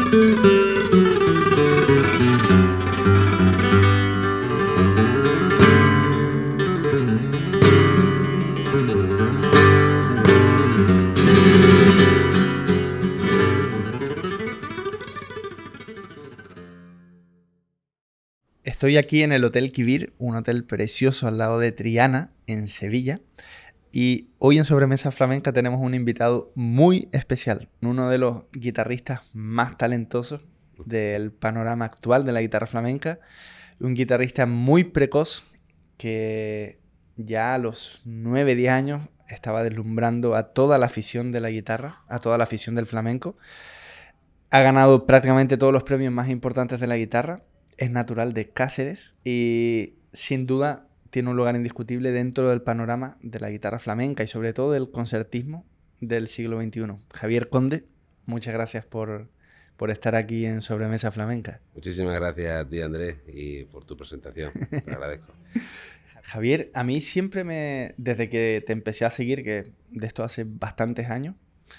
Estoy aquí en el Hotel Quivir, un hotel precioso al lado de Triana, en Sevilla. Y hoy en Sobremesa Flamenca tenemos un invitado muy especial, uno de los guitarristas más talentosos del panorama actual de la guitarra flamenca. Un guitarrista muy precoz que ya a los 9-10 años estaba deslumbrando a toda la afición de la guitarra, a toda la afición del flamenco. Ha ganado prácticamente todos los premios más importantes de la guitarra. Es natural de Cáceres y sin duda tiene un lugar indiscutible dentro del panorama de la guitarra flamenca y sobre todo del concertismo del siglo XXI. Javier Conde, muchas gracias por estar aquí en Sobremesa Flamenca. Muchísimas gracias a ti, Andrés, y por tu presentación. Te agradezco. Javier, a mí siempre desde que te empecé a seguir, que de esto hace bastantes años,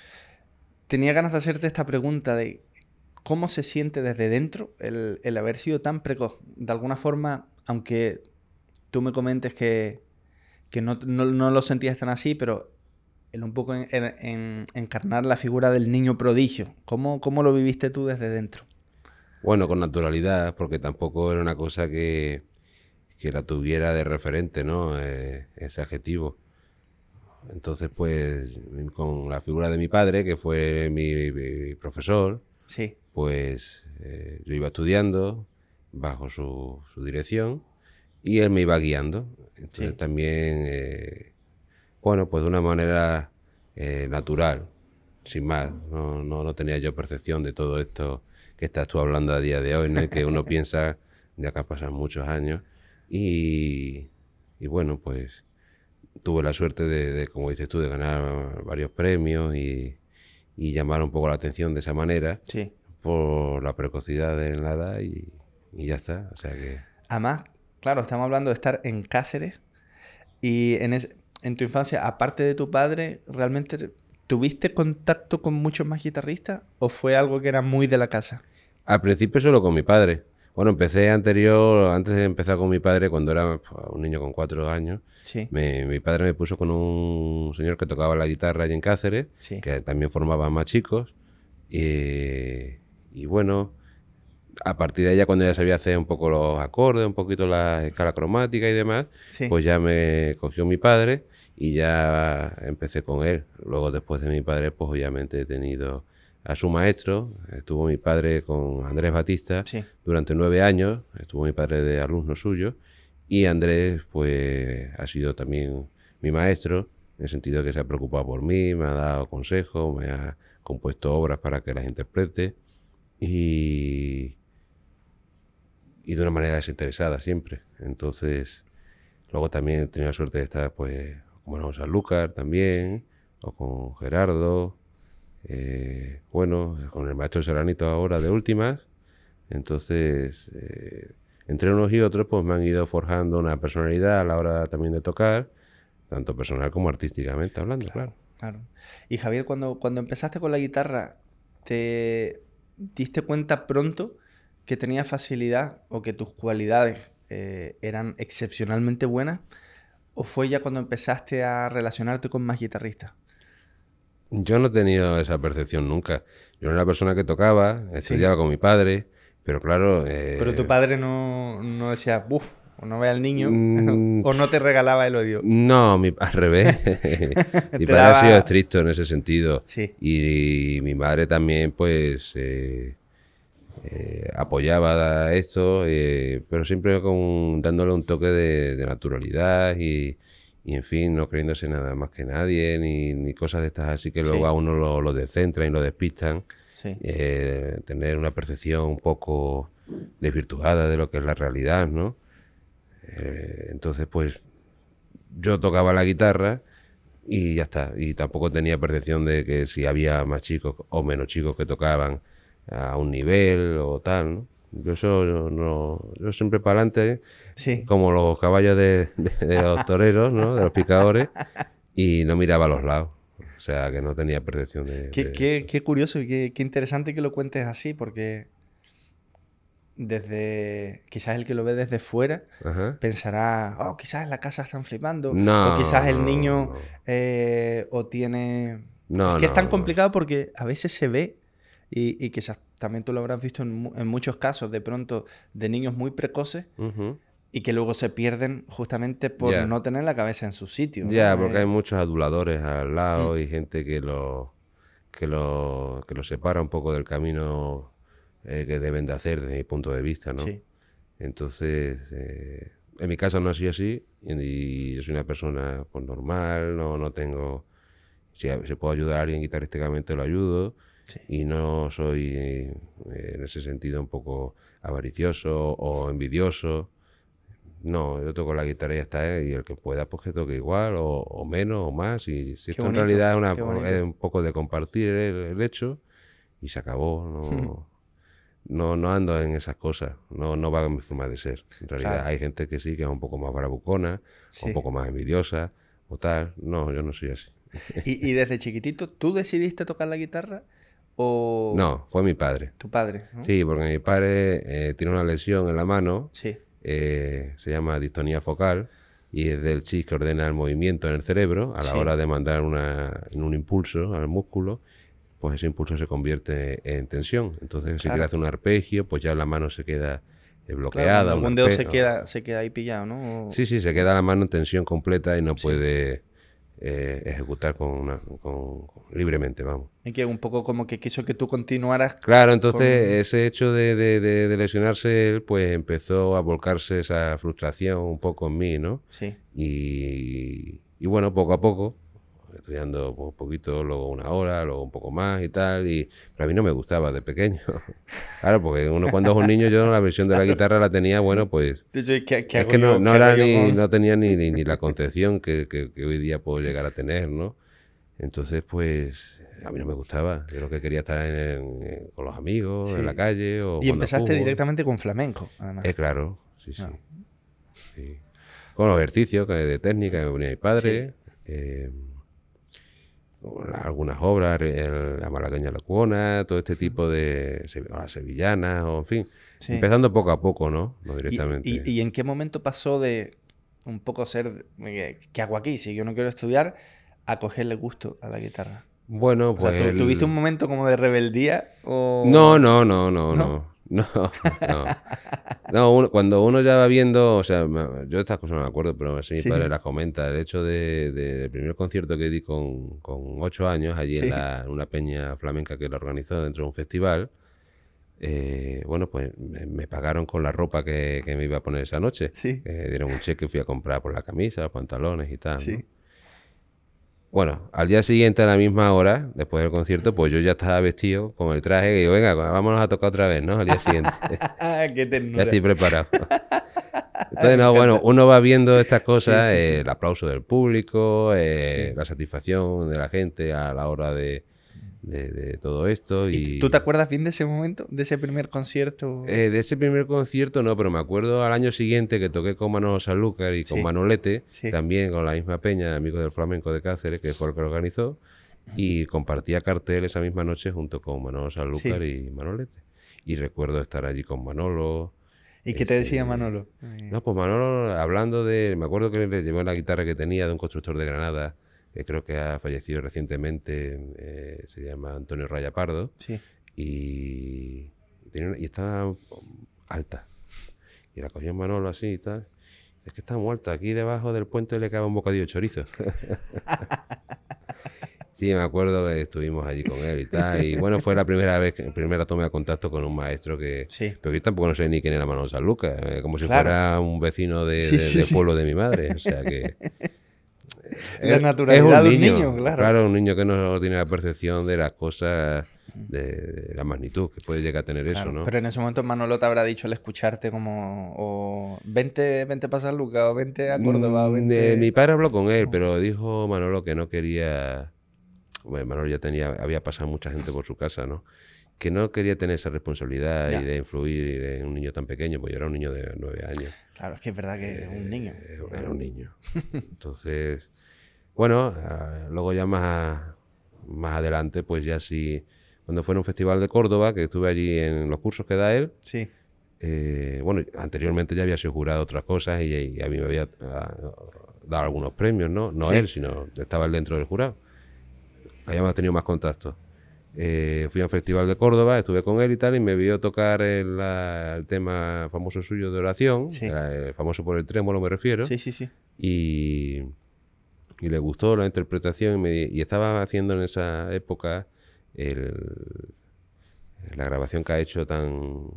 tenía ganas de hacerte esta pregunta de ¿cómo se siente desde dentro el haber sido tan precoz? De alguna forma, aunque tú me comentes que no lo sentías tan así, pero el un poco en encarnar la figura del niño prodigio. ¿Cómo lo viviste tú desde dentro? Bueno, con naturalidad, porque tampoco era una cosa que la tuviera de referente, ¿no? Ese adjetivo. Entonces, pues, con la figura de mi padre, que fue mi profesor, sí, pues yo iba estudiando bajo su dirección y él me iba guiando. Entonces también, bueno, pues de una manera natural, sin más. No tenía yo percepción de todo esto que estás tú hablando a día de hoy, ¿no? Que uno piensa, ya que han pasado muchos años. Y bueno, pues tuve la suerte de, como dices tú, de ganar varios premios y llamar un poco la atención de esa manera. Sí. Por la precocidad de la edad y ya está. O sea que... Además, claro, estamos hablando de estar en Cáceres y en tu infancia, aparte de tu padre, ¿realmente tuviste contacto con muchos más guitarristas o fue algo que era muy de la casa? Al principio solo con mi padre. Bueno, antes de empezar con mi padre, cuando era un niño con 4 años, sí, mi padre me puso con un señor que tocaba la guitarra allí en Cáceres, sí, que también formaba más chicos. Y bueno, a partir de allá, cuando ya sabía hacer un poco los acordes, un poquito la escala cromática y demás, sí, pues ya me cogió mi padre y ya empecé con él. Luego, después de mi padre, pues obviamente he tenido a su maestro. Estuvo mi padre con Andrés Batista sí, durante 9 años, estuvo mi padre de alumno suyo, y Andrés pues ha sido también mi maestro, en el sentido que se ha preocupado por mí, me ha dado consejos, me ha compuesto obras para que las interprete y de una manera desinteresada siempre. Entonces, luego también he tenido la suerte de estar pues con Sanlúcar también, o con Gerardo, bueno, con el maestro Serranito ahora de últimas. Entonces, entre unos y otros pues me han ido forjando una personalidad a la hora también de tocar, tanto personal como artísticamente hablando, claro. Claro. Y Javier, cuando empezaste con la guitarra, ¿te diste cuenta pronto que tenías facilidad o que tus cualidades eran excepcionalmente buenas? ¿O fue ya cuando empezaste a relacionarte con más guitarristas? Yo no he tenido esa percepción nunca. Yo era una persona que tocaba, estudiaba con mi padre, pero claro... Pero tu padre no decía, uff, o no ve al niño, o no te regalaba el odio. No, al revés. Mi padre ha sido estricto en ese sentido. Sí. Y mi madre también, pues, apoyaba esto, pero siempre dándole un toque de naturalidad y, en fin, no creyéndose nada más que nadie, ni cosas de estas así que luego a uno lo descentran y lo despistan. Sí. Tener una percepción un poco desvirtuada de lo que es la realidad, ¿no? Entonces, pues, yo tocaba la guitarra y ya está. Y tampoco tenía percepción de que si había más chicos o menos chicos que tocaban a un nivel o tal, ¿no? Yo siempre para adelante, como los caballos de los toreros, ¿no? De los picadores, y no miraba a los lados. O sea, que no tenía percepción de esto. Qué curioso y qué interesante que lo cuentes así, porque quizás el que lo ve desde fuera Ajá. pensará, oh, quizás en la casa están flipando, o No, quizás el no, niño no. o tiene... Es No, que es tan no, no. complicado porque a veces se ve, y quizás también tú lo habrás visto en muchos casos, de pronto, de niños muy precoces Ujú. y que luego se pierden justamente por Ya. no tener la cabeza en su sitio, Ya, ¿no? porque hay muchos aduladores al Mm, lado y gente que lo separa un poco del camino que deben de hacer desde mi punto de vista, ¿no? sí, Entonces, en mi caso no soy así y yo soy una persona pues, normal, no tengo... Si puedo ayudar a alguien guitarrísticamente lo ayudo sí. y no soy en ese sentido un poco avaricioso o envidioso. No, yo toco la guitarra y ya está, y el que pueda, pues que toque igual, o menos, o más. Y si Qué esto en bonito, realidad es, qué es bonito. un poco de compartir el hecho, y se acabó. No ando en esas cosas, no va con mi forma de ser. En realidad Claro, hay gente que sí, que es un poco más bravucona, o un sí. poco más envidiosa, o tal. No, yo no soy así. Y desde chiquitito, ¿tú decidiste tocar la guitarra o No, fue mi padre. tu padre, ¿no? Sí, porque mi padre tiene una lesión en la mano, Sí, se llama distonía focal y es del chis que ordena el movimiento en el cerebro a la sí, hora de mandar un impulso al músculo, pues ese impulso se convierte en tensión. Entonces, si quiere claro. hacer un arpegio, pues ya la mano se queda Claro, cuando bloqueada, un algún dedo arpegio. se queda ahí pillado, ¿no? Sí, sí, se queda la mano en tensión completa y no Sí. puede ejecutar libremente, vamos. Y que un poco como que quiso que tú continuaras Claro, entonces con... ese hecho de lesionarse él, pues empezó a volcarse esa frustración un poco en mí, ¿no? Sí, Y bueno, poco a poco, estudiando pues, un poquito, luego una hora, luego un poco más y tal, pero a mí no me gustaba de pequeño. Claro, porque uno cuando es un niño, yo la versión de la claro. guitarra la tenía, bueno, pues Entonces, ¿qué es hago que no, yo? no ¿Qué hago era yo ni, con...? no tenía ni la concepción que hoy día puedo llegar a tener, ¿no? Entonces, pues, a mí no me gustaba. Yo lo que quería estar con los amigos, en la Sí. calle o Y jugando al empezaste fútbol. directamente con flamenco, además. Claro, sí, sí, No. sí. Con los ejercicios de técnica que me ponía mi Sí, padre, algunas obras, la malagueña lacuona, todo este tipo de las sevillanas, o en fin. sí. Empezando poco a poco, ¿no? No directamente. ¿Y en qué momento pasó de un poco ser, ¿qué hago aquí? Si yo no quiero estudiar, a cogerle gusto a la guitarra. Bueno, O sea, pues ¿tuviste un momento como de rebeldía No, o...? no, no, no, ¿No? no, no, no. No, cuando uno ya va viendo, o sea, yo estas cosas no me acuerdo, pero sí mi padre Sí, las comenta. El hecho del primer concierto que di con 8 años allí sí, en una peña flamenca que lo organizó dentro de un festival, bueno, pues me pagaron con la ropa que me iba a poner esa noche. sí, Dieron un cheque, fui a comprar por la camisa, los pantalones y tal, ¿no? sí. Bueno, al día siguiente a la misma hora, después del concierto, pues yo ya estaba vestido con el traje y digo, venga, vámonos a tocar otra vez, ¿no? Al día siguiente. ¡Qué Ya ternura! estoy preparado. Me Entonces, no, bueno, encanta. uno va viendo estas Sí, cosas, sí, sí. el aplauso del público, Sí. la satisfacción de la gente a la hora de todo esto ¿Y tú te y... acuerdas bien de ese momento? ¿De ese primer concierto? De ese primer concierto no, pero me acuerdo al año siguiente que toqué con Manolo Sanlúcar y con Sí, Manolete, sí. también con la misma peña, amigos del flamenco de Cáceres, que fue el que lo organizó, y compartía cartel esa misma noche junto con Manolo Sanlúcar Sí. y Manolete. Y recuerdo estar allí con Manolo. ¿Y qué te decía Manolo? No, pues Manolo, hablando de... Me acuerdo que le llevó la guitarra que tenía de un constructor de Granada, que creo que ha fallecido recientemente, se llama Antonio Raya Pardo, Sí. y, y estaba alta. Y la cogió Manolo así y tal. Es que está muerta, aquí debajo del puente le cabe un bocadillo de chorizo. Sí, me acuerdo que estuvimos allí con él y tal. Y bueno, fue la primera vez, primera toma de contacto con un maestro que... Sí. Pero yo tampoco no sé ni quién era Manolo Sanlúcar, como si Claro. fuera un vecino Sí, sí, del sí. pueblo de mi madre. O sea que... La Es naturalidad un de un niño, niño, claro. claro, un niño que no tiene la percepción de las cosas, de la magnitud que puede llegar a tener eso, Claro. ¿no? Pero en ese momento Manolo te habrá dicho al escucharte como... O vente, vente para San Lucas, o vente a Córdoba, o Mi vente... padre habló con él, No. pero dijo Manolo que no quería... Bueno, Manolo ya había pasado mucha gente por su casa, ¿no? Que no quería tener esa responsabilidad y Ya. de influir en un niño tan pequeño, pues yo era un niño de 9 años. Claro, es que es verdad que es un niño. Era un niño. Entonces, bueno, luego ya más más adelante, pues ya sí, cuando fue en un festival de Córdoba, que estuve allí en los cursos que da él, Sí. bueno, anteriormente ya había sido jurado otras cosas y a mí me había dado algunos premios, ¿no? No Sí. él, sino estaba él dentro del jurado. Habíamos tenido más contactos. Fui a un festival de Córdoba, estuve con él y tal, y me vio tocar el tema famoso suyo de oración, Sí. famoso por el trémolo me refiero, Sí, sí, sí. y le gustó la interpretación y estaba haciendo en esa época la grabación que ha hecho tan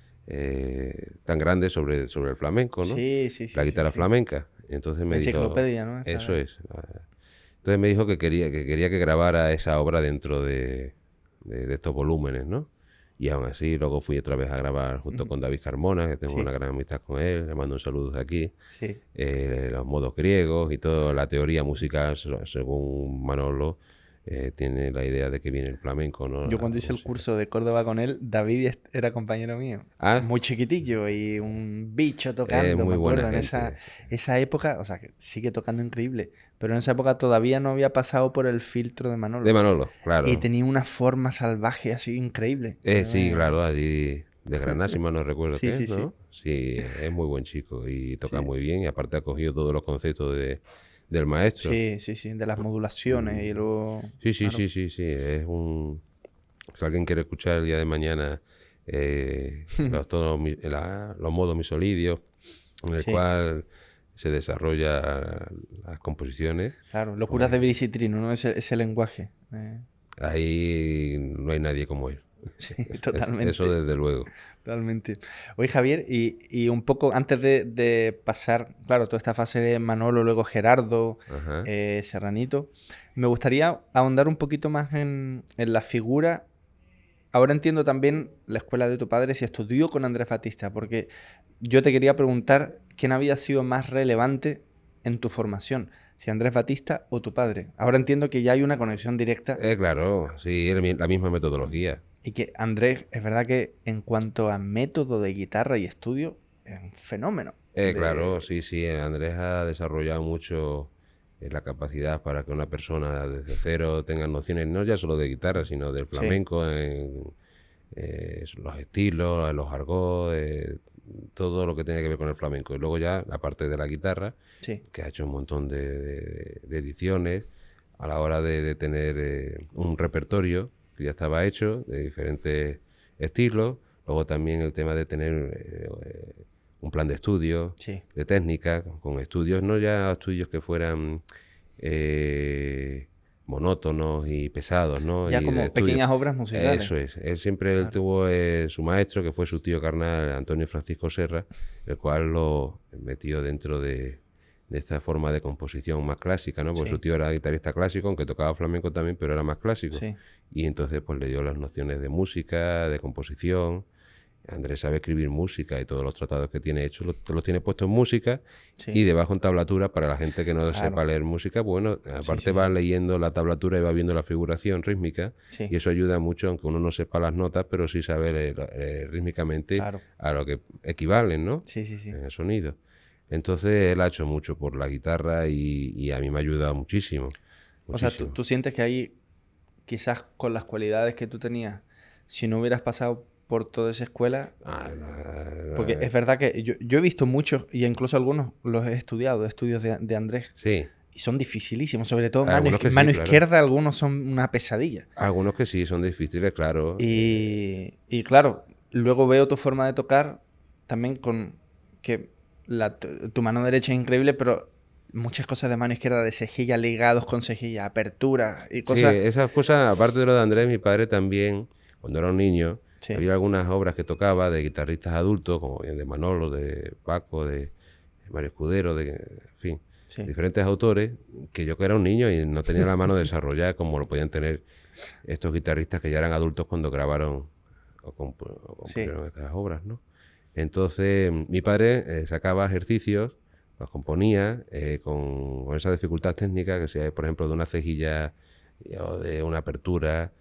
grande sobre el flamenco, ¿no? Sí, sí, sí. La sí, guitarra sí. flamenca. Entonces me dijo, Enciclopedia, ¿no? eso es. Entonces me dijo que quería que grabara esa obra dentro de estos volúmenes, ¿no? Y aún así, luego fui otra vez a grabar junto con David Carmona, que tengo Sí. una gran amistad con él, le mando un saludo de aquí. Sí. Los modos griegos y toda la teoría musical, según Manolo, tiene la idea de que viene el flamenco, ¿no? Yo cuando hice el curso de Córdoba con él, David era compañero mío. Ah, Muy chiquitillo y un bicho tocando, muy me buena acuerdo, en gente. esa época, o sea, que sigue tocando increíble, pero en esa época todavía no había pasado por el filtro de Manolo. De Manolo, claro. Y tenía una forma salvaje así increíble. Sí, claro, allí de Granada, si mal no recuerdo Sí, qué sí, es, ¿no? Sí, es muy buen chico y toca Sí. muy bien y aparte ha cogido todos los conceptos del maestro. Sí, sí, sí, de las modulaciones y luego... Sí, sí, claro. sí, es si alguien quiere escuchar el día de mañana los tonos, los modos misolidios, en el Sí. cual se desarrollan las composiciones, Claro, locuras de Brisitrino, ¿no? Ese lenguaje. ahí no hay nadie como él. Sí, totalmente. Eso desde luego. Totalmente. Oye, Javier, y un poco antes de pasar, claro, toda esta fase de Manolo, luego Gerardo, Ajá. Serranito, me gustaría ahondar un poquito más en la figura. Ahora entiendo también la escuela de tu padre si estudió con Andrés Batista, porque yo te quería preguntar quién había sido más relevante en tu formación, si Andrés Batista o tu padre. Ahora entiendo que ya hay una conexión directa. Claro, sí, la misma metodología. Y que Andrés, es verdad que en cuanto a método de guitarra y estudio, es un fenómeno. Claro, sí, Andrés ha desarrollado mucho la capacidad para que una persona desde cero tenga nociones no ya solo de guitarra, sino del flamenco, en los estilos, en los argot, todo lo que tiene que ver con el flamenco. Y luego ya, la parte de la guitarra, Sí. que ha hecho un montón de ediciones a la hora de tener un repertorio que ya estaba hecho de diferentes estilos. Luego también el tema de tener un plan de estudio, Sí. de técnica, con estudios, no ya estudios que fueran monótonos y pesados, ¿no? Ya Y como pequeñas obras musicales. Eso es. Él siempre Claro. tuvo su maestro, que fue su tío carnal, Antonio Francisco Serra, el cual lo metió dentro de esta forma de composición más clásica, ¿no? Porque Sí. su tío era guitarrista clásico, aunque tocaba flamenco también, pero era más clásico. Sí. Y entonces pues le dio las nociones de música, de composición. Andrés sabe escribir música y todos los tratados que tiene hechos los tiene puestos en música Sí. y debajo en tablatura para la gente que no Claro. sepa leer música. Bueno, aparte sí, va sí. leyendo la tablatura y va viendo la figuración rítmica Sí. y eso ayuda mucho, aunque uno no sepa las notas, pero sí sabe rítmicamente Claro. a lo que equivalen, ¿no? Sí, sí, sí. En el sonido. Entonces él ha hecho mucho por la guitarra y a mí me ha ayudado muchísimo. O sea, muchísimo. ¿tú sientes que ahí, quizás con las cualidades que tú tenías, si no hubieras pasado por toda esa escuela, porque es verdad que yo he visto muchos, y incluso algunos los he estudiado, estudios de Andrés, Sí, y son dificilísimos, sobre todo Algunos que sí, mano claro. izquierda, algunos son una pesadilla. algunos que sí son difíciles, claro. Y claro, luego veo tu forma de tocar también con que tu mano derecha es increíble, pero muchas cosas de mano izquierda, de cejilla, ligados con cejilla, aperturas y Sí, cosas. esas cosas, aparte de lo de Andrés, mi padre también, cuando era un niño, Sí. había algunas obras que tocaba de guitarristas adultos, como de Manolo, de Paco, de Mario Escudero, en fin, Sí. diferentes autores, que yo que era un niño y no tenía la mano desarrollada como lo podían tener estos guitarristas que ya eran adultos cuando grabaron o compusieron estas obras, ¿no? Entonces, mi padre sacaba ejercicios, los componía con esa dificultad técnica, que sea, por ejemplo, de una cejilla o de una apertura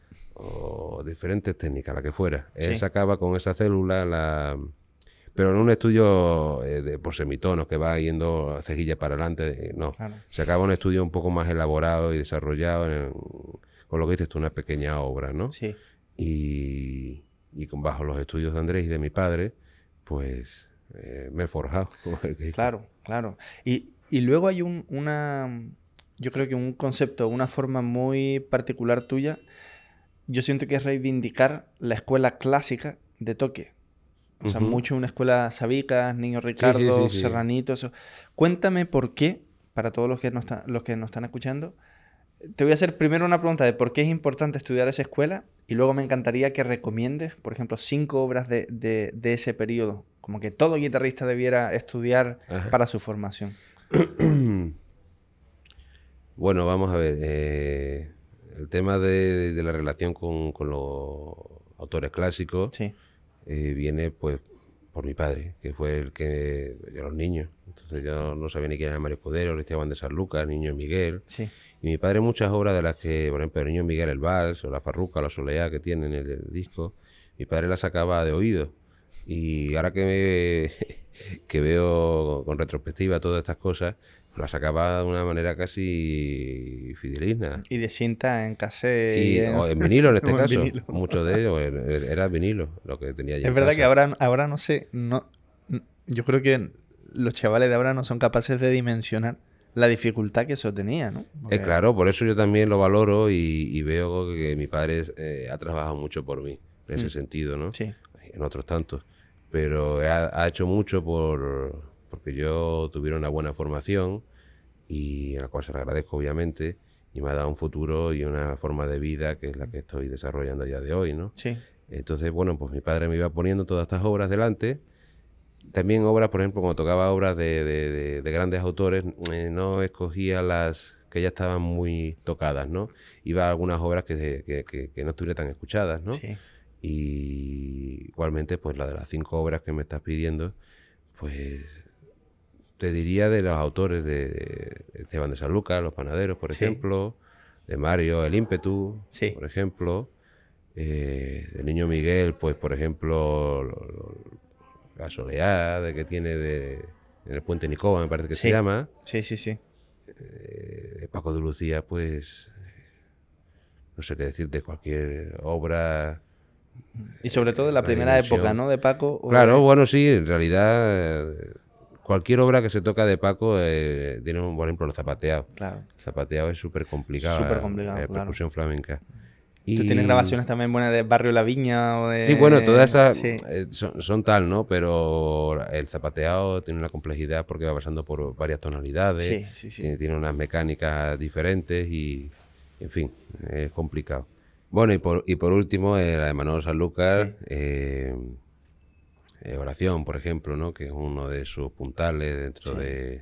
o diferentes técnicas, la que fuera. Él Sí. sacaba con esa célula pero en un estudio por semitonos que va yendo cejilla para adelante, no. Claro. Sacaba un estudio un poco más elaborado y desarrollado por lo que dices tú, una pequeña obra, ¿no? Sí. Bajo los estudios de Andrés y de mi padre, pues me he forjado, como el que dice. Claro, claro. Y luego hay yo creo que un concepto, una forma muy particular tuya, yo siento que es reivindicar la escuela clásica de toque. O sea, mucho una escuela Sabicas, Niño Ricardo, Sí. Serranito, eso. Cuéntame por qué, para todos los que nos están escuchando, te voy a hacer primero una pregunta de por qué es importante estudiar esa escuela y luego me encantaría que recomiendes, por ejemplo, 5 obras de ese periodo, como que todo guitarrista debiera estudiar Ajá. para su formación. Bueno, vamos a ver. El tema de la relación con los autores clásicos Sí, viene pues por mi padre, que fue el que yo era un niño. Entonces yo no sabía ni quién era Mario Escudero, Esteban de Sanlúcar, Niño Miguel. sí, Y mi padre muchas obras de las que, por ejemplo, el Niño Miguel, el Vals, o la Farruca, la Soleá que tiene en el disco, mi padre las sacaba de oído. Y ahora que veo con retrospectiva todas estas cosas, las sacaba de una manera casi fidelina. y de cinta en cassette O en vinilo en este o en caso. vinilo. Muchos de ellos era vinilo lo que tenía yo Es en verdad casa. que ahora no sé, yo creo que los chavales de ahora no son capaces de dimensionar la dificultad que eso tenía, ¿no? Es claro, por eso yo también lo valoro y veo que mi padre ha trabajado mucho por mí, en ese sentido, ¿no? Sí, En otros tantos. Pero ha hecho mucho porque yo tuviera una buena formación y a la cual se le agradezco, obviamente, y me ha dado un futuro y una forma de vida que es la que estoy desarrollando a día de hoy, ¿no? sí, Entonces, bueno, pues mi padre me iba poniendo todas estas obras delante. También obras, por ejemplo, cuando tocaba obras de grandes autores, no escogía las que ya estaban muy tocadas, ¿no? Iba a algunas obras que no estuvieran tan escuchadas, ¿no? sí. Y igualmente, pues la de las 5 obras que me estás pidiendo, pues te diría de los autores de Esteban de Sanlúcar, Los Panaderos, por Sí. ejemplo, de Mario, El Ímpetu, Sí. por ejemplo, del Niño Miguel, pues por ejemplo, la soleá que tiene en el Puente Nicoba, me parece que se Sí. llama, Sí, sí, sí. de Paco de Lucía, pues no sé qué decir, de cualquier obra. Y sobre todo de la Una primera dimensión. época, ¿no? De Paco. Claro, bueno, sí, en realidad cualquier obra que se toca de Paco tiene, por ejemplo, el zapateado. Claro. El zapateado es súper complicado, Súper complicado, claro. percusión flamenca. Tú tienes grabaciones también buenas de Barrio La Viña o de... Sí, bueno, todas esas Sí, son tal, ¿no? Pero el zapateado tiene una complejidad porque va pasando por varias tonalidades, sí. tiene unas mecánicas diferentes y, en fin, es complicado. Bueno, y por último, la de Manolo Sanlúcar, Oración, por ejemplo, ¿no? Que es uno de sus puntales dentro de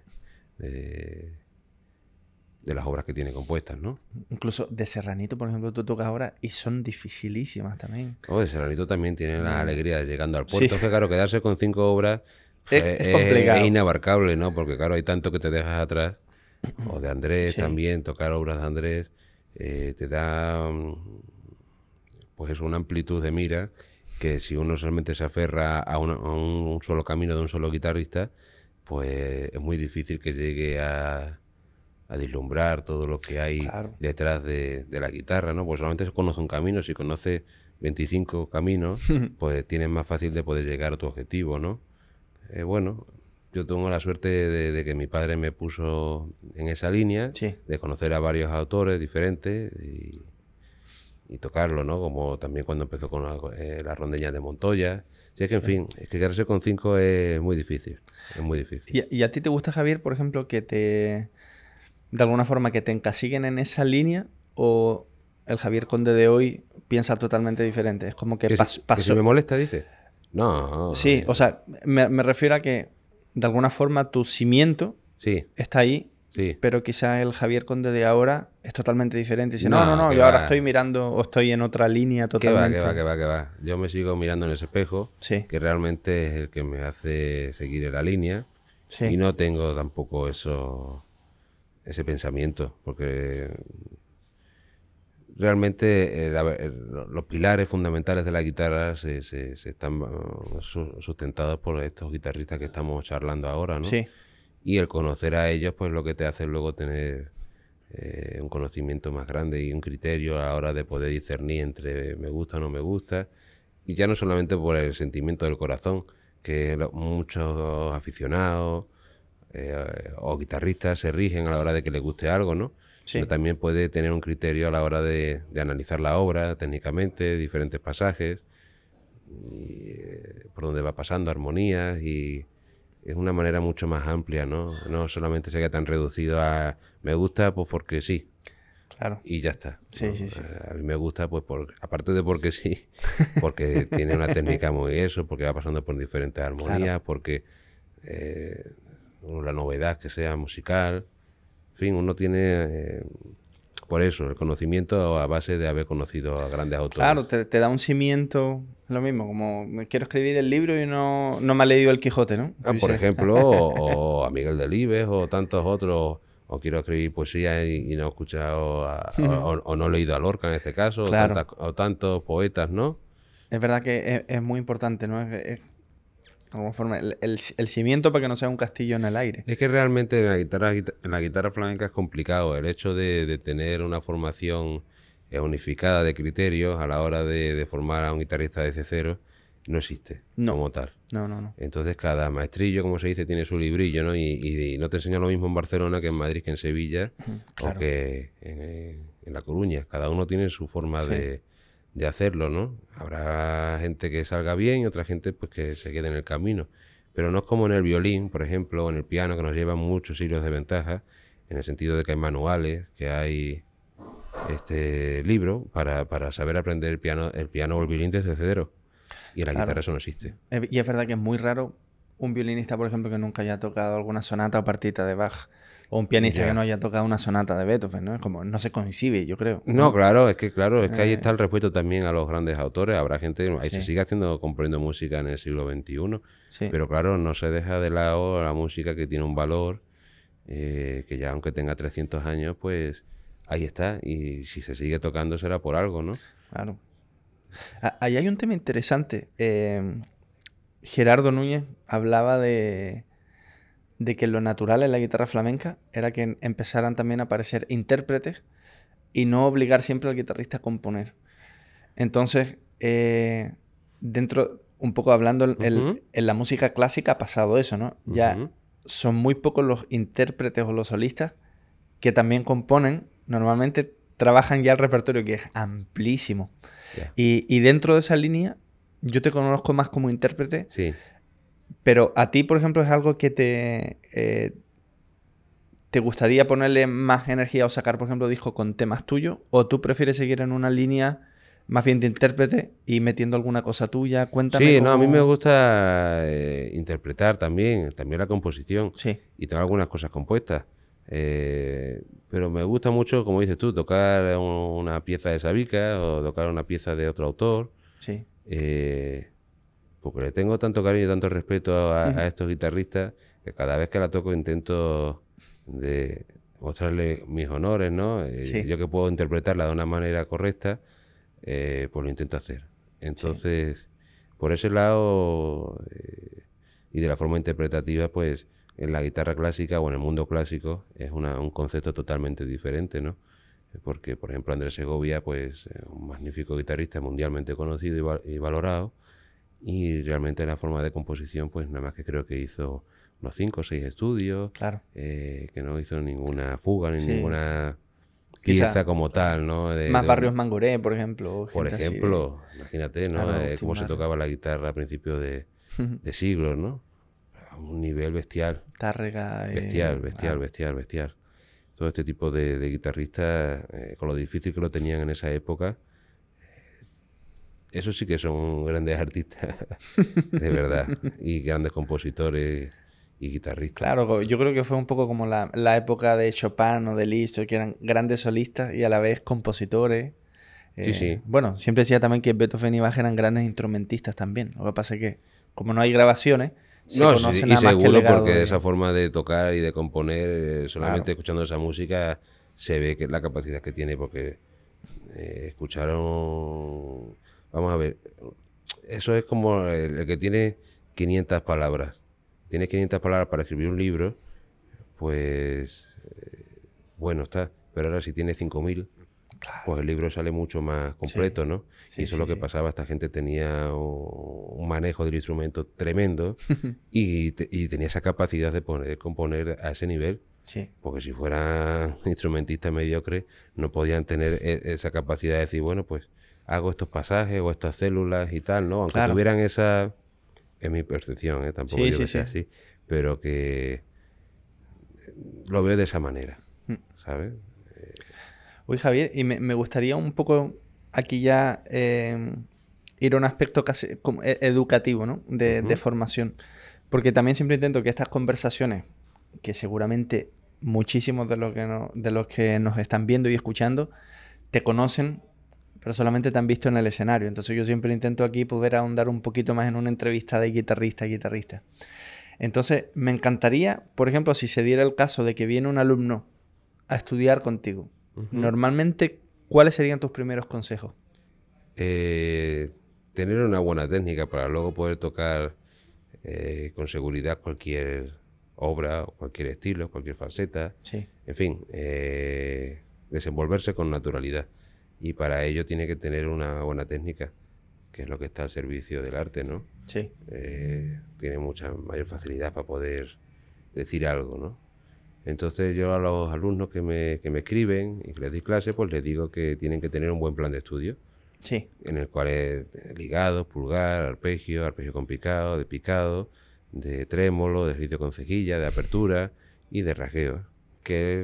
las obras que tiene compuestas, ¿no? Incluso de Serranito, por ejemplo, tú tocas ahora y son dificilísimas también. De Serranito también tiene la alegría de llegando al puerto. Sí. Es que, claro, quedarse con 5 obras Es complicado. es inabarcable, ¿no? Porque, claro, hay tanto que te dejas atrás. O de Andrés Sí. también, tocar obras de Andrés, te da, pues eso, una amplitud de mira que si uno solamente se aferra a un solo camino de un solo guitarrista, pues es muy difícil que llegue a vislumbrar todo lo que hay Claro. detrás de la guitarra, ¿no? Pues solamente se conoce un camino, si conoce 25 caminos, pues tienes más fácil de poder llegar a tu objetivo, ¿no? Bueno, yo tengo la suerte de que mi padre me puso en esa línea, Sí. de conocer a varios autores diferentes y tocarlo, ¿no? Como también cuando empezó con las rondeñas de Montoya. Sí, es que, en fin, es que quedarse con 5 es muy difícil, es muy difícil. ¿Y a ti te gusta, Javier, por ejemplo, de alguna forma, que te encasillen en esa línea o el Javier Conde de hoy piensa totalmente diferente? Es como que ¿Que pasó... si me molesta, dices? No. Sí, o sea, me refiero a que de alguna forma tu cimiento Sí, está ahí, sí. pero quizá el Javier Conde de ahora es totalmente diferente. Dice, No, no, que yo ahora va. estoy mirando o estoy en otra línea Que va, totalmente. que va. Yo me sigo mirando en ese espejo, Sí. que realmente es el que me hace seguir en la línea. Sí. Y no tengo tampoco ese pensamiento, porque realmente los pilares fundamentales de la guitarra se están sustentados por estos guitarristas que estamos charlando ahora, ¿no? Sí. Y el conocer a ellos, pues lo que te hace luego tener un conocimiento más grande y un criterio a la hora de poder discernir entre me gusta o no me gusta. Y ya no solamente por el sentimiento del corazón, que muchos aficionados o guitarristas se rigen a la hora de que les guste algo, ¿no? Sí. Sino también puede tener un criterio a la hora de analizar la obra técnicamente, diferentes pasajes, y, por donde va pasando, armonías, y es una manera mucho más amplia, ¿no? No solamente se queda tan reducido a me gusta pues porque sí. Claro. Y ya está, Sí, ¿no? sí, sí. A mí me gusta, pues, aparte de porque sí, porque tiene una técnica muy eso, porque va pasando por diferentes armonías, Claro. porque la novedad que sea musical, en fin, uno tiene, por eso, el conocimiento a base de haber conocido a grandes autores. Claro, te da un cimiento, lo mismo, como quiero escribir el libro y no me ha leído el Quijote, ¿no? Por ejemplo, o a Miguel Delibes, o tantos otros, o quiero escribir poesía y no he escuchado, o no he leído a Lorca en este caso, Claro. o tantos poetas, ¿no? Es verdad que es muy importante, ¿no? Es de alguna forma el cimiento para que no sea un castillo en el aire. Es que realmente en la guitarra flamenca es complicado el hecho de tener una formación unificada de criterios a la hora de formar a un guitarrista desde cero. No existe como tal. No. Entonces cada maestrillo, como se dice, tiene su librillo, ¿no? Y no te enseña lo mismo en Barcelona que en Madrid, que en Sevilla, Claro. o que en La Coruña. Cada uno tiene su forma de hacerlo, ¿no? Habrá gente que salga bien y otra gente pues que se quede en el camino. Pero no es como en el violín, por ejemplo, o en el piano, que nos llevan muchos siglos de ventaja, en el sentido de que hay manuales, que hay libro para saber aprender el piano o el violín desde cero. Y en la guitarra eso no existe. Y es verdad que es muy raro un violinista, por ejemplo, que nunca haya tocado alguna sonata o partita de Bach. O un pianista que no haya tocado una sonata de Beethoven, ¿no? Es como, no se coincide, yo creo. No, claro, es que ahí está el respeto también a los grandes autores. Habrá gente, ahí se sigue componiendo música en el siglo XXI, pero claro, no se deja de lado la música que tiene un valor, que ya aunque tenga 300 años, pues ahí está. Y si se sigue tocando será por algo, ¿no? Claro. Ahí hay un tema interesante. Gerardo Núñez hablaba de que lo natural en la guitarra flamenca era que empezaran también a aparecer intérpretes y no obligar siempre al guitarrista a componer. Entonces, dentro, un poco hablando, en la música clásica ha pasado eso, ¿no? Ya son muy pocos los intérpretes o los solistas que también componen. Normalmente trabajan ya el repertorio, que es amplísimo. Yeah. Y dentro de esa línea, yo te conozco más como intérprete. Sí. Pero a ti, por ejemplo, es algo que te gustaría ponerle más energía o sacar, por ejemplo, discos con temas tuyos, o tú prefieres seguir en una línea más bien de intérprete y metiendo alguna cosa tuya. Cuéntame. Sí, no, a mí me gusta interpretar también la composición. Sí. Y tengo algunas cosas compuestas. Pero me gusta mucho, como dices tú, tocar una pieza de Savica o tocar una pieza de otro autor. Sí. Porque le tengo tanto cariño y tanto respeto a estos guitarristas que cada vez que la toco intento de mostrarle mis honores, ¿no? Yo que puedo interpretarla de una manera correcta, pues lo intento hacer. Entonces, por ese lado, y de la forma interpretativa, pues en la guitarra clásica o en el mundo clásico es un concepto totalmente diferente, ¿no? Porque, por ejemplo, Andrés Segovia, pues un magnífico guitarrista mundialmente conocido y valorado, y realmente la forma de composición, pues nada más que creo que hizo unos 5 o 6 estudios, claro. Que no hizo ninguna fuga ni ninguna pieza como tal, ¿no? Más Barrios Mangoré, por ejemplo. Por ejemplo, imagínate, ¿no? Claro, cómo se tocaba la guitarra a principios de siglos, ¿no? A un nivel bestial. Tárrega. Bestial. Todo este tipo de guitarristas, con lo difícil que lo tenían en esa época, esos sí que son grandes artistas, de verdad, y grandes compositores y guitarristas. Claro, yo creo que fue un poco como la época de Chopin o de Liszt, que eran grandes solistas y a la vez compositores. Sí. Bueno, siempre decía también que Beethoven y Bach eran grandes instrumentistas también. Lo que pasa es que, como no hay grabaciones, se conoce nada más que el legado porque esa forma de tocar y de componer, solamente escuchando esa música, se ve que la capacidad que tiene, porque escucharon... Vamos a ver, eso es como el que tiene 500 palabras. Tiene 500 palabras para escribir un libro, pues bueno está. pero ahora si tiene 5.000, Claro. pues el libro sale mucho más completo, Sí. ¿no? Sí, y eso es sí, lo que sí. pasaba, esta gente tenía un manejo del instrumento tremendo y tenía esa capacidad de componer a ese nivel. Sí. Porque si fueran instrumentistas mediocres, no podían tener esa capacidad de decir, bueno, pues hago estos pasajes o estas células y tal, ¿no? Aunque Claro. tuvieran esa, es mi percepción, ¿eh? Tampoco Sí, digo sí, que sea sí. así, pero que lo veo de esa manera, Mm. ¿sabes? Uy, Javier, y me gustaría un poco aquí ya ir a un aspecto casi como educativo, ¿no? De Ujú. formación. Porque también siempre intento que estas conversaciones, que seguramente muchísimos de los que nos están viendo y escuchando, te conocen, pero solamente te han visto en el escenario. Entonces yo siempre intento aquí poder ahondar un poquito más en una entrevista de guitarrista a guitarrista. Entonces, me encantaría, por ejemplo, si se diera el caso de que viene un alumno a estudiar contigo, Ujú. normalmente, ¿cuáles serían tus primeros consejos? Tener una buena técnica para luego poder tocar con seguridad cualquier obra, o cualquier estilo, cualquier faceta, Sí, en fin, desenvolverse con naturalidad. Y para ello tiene que tener una buena técnica, que es lo que está al servicio del arte, ¿no? sí. Tiene mucha mayor facilidad para poder decir algo, ¿no? Entonces yo a los alumnos que me escriben y que les doy clase, pues les digo que tienen que tener un buen plan de estudio, Sí, en el cual es ligados, pulgar, arpegio con picado, de trémolo, de ejercicio con cejilla, de apertura y de rasgueo, que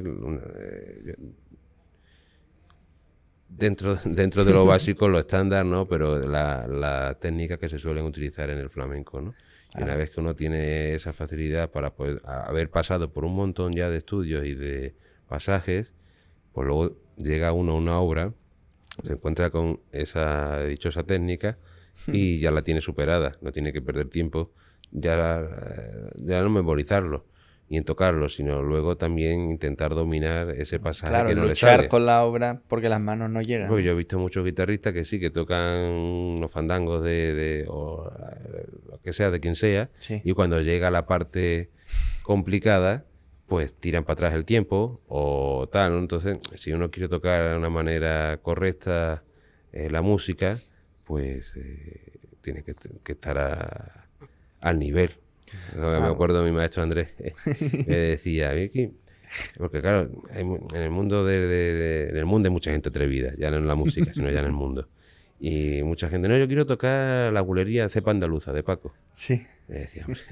dentro de lo básico, lo estándar, ¿no? Pero la técnica que se suelen utilizar en el flamenco, ¿no? Y una claro. vez que uno tiene esa facilidad para poder haber pasado por un montón ya de estudios y de pasajes, pues luego llega uno a una obra, se encuentra con esa dichosa técnica y ya la tiene superada, no tiene que perder tiempo ya no memorizarlo y en tocarlo, sino luego también intentar dominar ese pasaje Claro, que no le luchar sale. con la obra porque las manos no llegan, Pues ¿no? yo he visto muchos guitarristas que sí, que tocan los fandangos o lo que sea, de quien sea, Sí, y cuando llega la parte complicada, pues tiran para atrás el tiempo o tal, ¿no? Entonces, si uno quiere tocar de una manera correcta la música, pues tiene que estar al nivel. Me claro. acuerdo de mi maestro Andrés, me decía, Vicky, porque claro, en el mundo en el mundo hay mucha gente atrevida, ya no en la música, sino ya en el mundo. Y mucha gente, no, yo quiero tocar la bulería cepa andaluza de Paco. Sí, Y decía, hombre,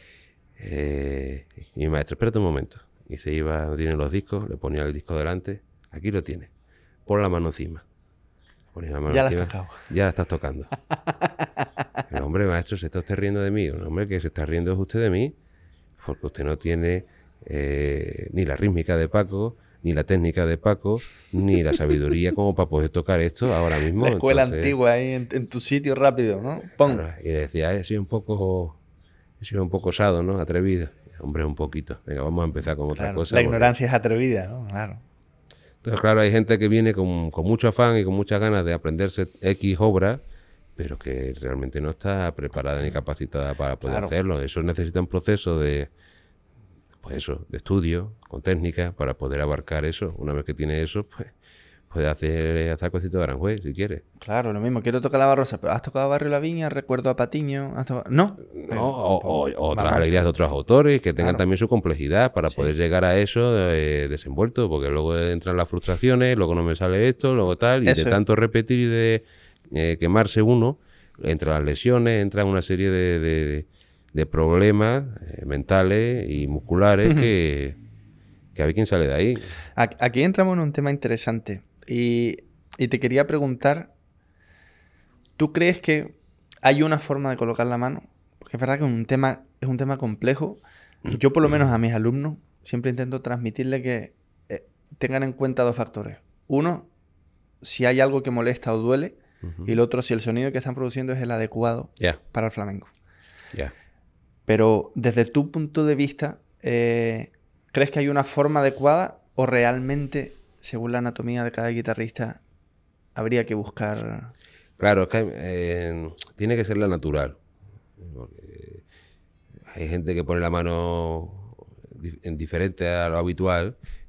y mi maestro, espérate un momento. Y se iba, tiene los discos, le ponía el disco delante, aquí lo tiene, pon la mano encima. Ponía la mano ya la has encima, tocado. ya la estás tocando. Pero hombre, maestro, ¿se está usted riendo de mí? No, hombre, que se está riendo es usted de mí, porque usted no tiene ni la rítmica de Paco, ni la técnica de Paco, ni la sabiduría como para poder tocar esto ahora La mismo. escuela Entonces, antigua ahí en tu sitio rápido, ¿no? ¡Pum! claro, y le decía, he sido un poco osado, ¿no? Atrevido. Hombre, un poquito. Venga, vamos a empezar con otra Claro, cosa la porque... ignorancia es atrevida, ¿no? Claro. Entonces, claro, hay gente que viene con mucho afán y con muchas ganas de aprenderse X obra, pero que realmente no está preparada ni capacitada para poder Claro. hacerlo. Eso necesita un proceso de, pues eso, de estudio, con técnica, para poder abarcar eso. Una vez que tiene eso, pues puede hacer hasta cosito de Aranjuez, si quiere. Claro, lo mismo. Quiero tocar la Barrosa, pero ¿has tocado Barrio La Viña? Recuerdo a Patiño. ¿No? ¿No? O otras Vamos. alegrías de otros autores que tengan Claro. también su complejidad para Sí. poder llegar a eso desenvuelto, porque luego entran las frustraciones, luego no me sale esto, luego tal, y de Eso es. tanto repetir y de quemarse uno, entran las lesiones, entran una serie de problemas mentales y musculares que a ver quién sale de ahí. Aquí entramos en un tema interesante. Y te quería preguntar, ¿tú crees que hay una forma de colocar la mano? Porque es verdad que es un tema complejo. Yo, por lo menos a mis alumnos, siempre intento transmitirle que tengan en cuenta dos factores. Uno, si hay algo que molesta o duele. Y el otro, si el sonido que están produciendo es el adecuado Ya, para el flamenco. ya. Pero desde tu punto de vista, ¿crees que hay una forma adecuada o realmente, según la anatomía de cada guitarrista, habría que buscar? Claro, es que tiene que ser la natural. Porque hay gente que pone la mano diferente a lo habitual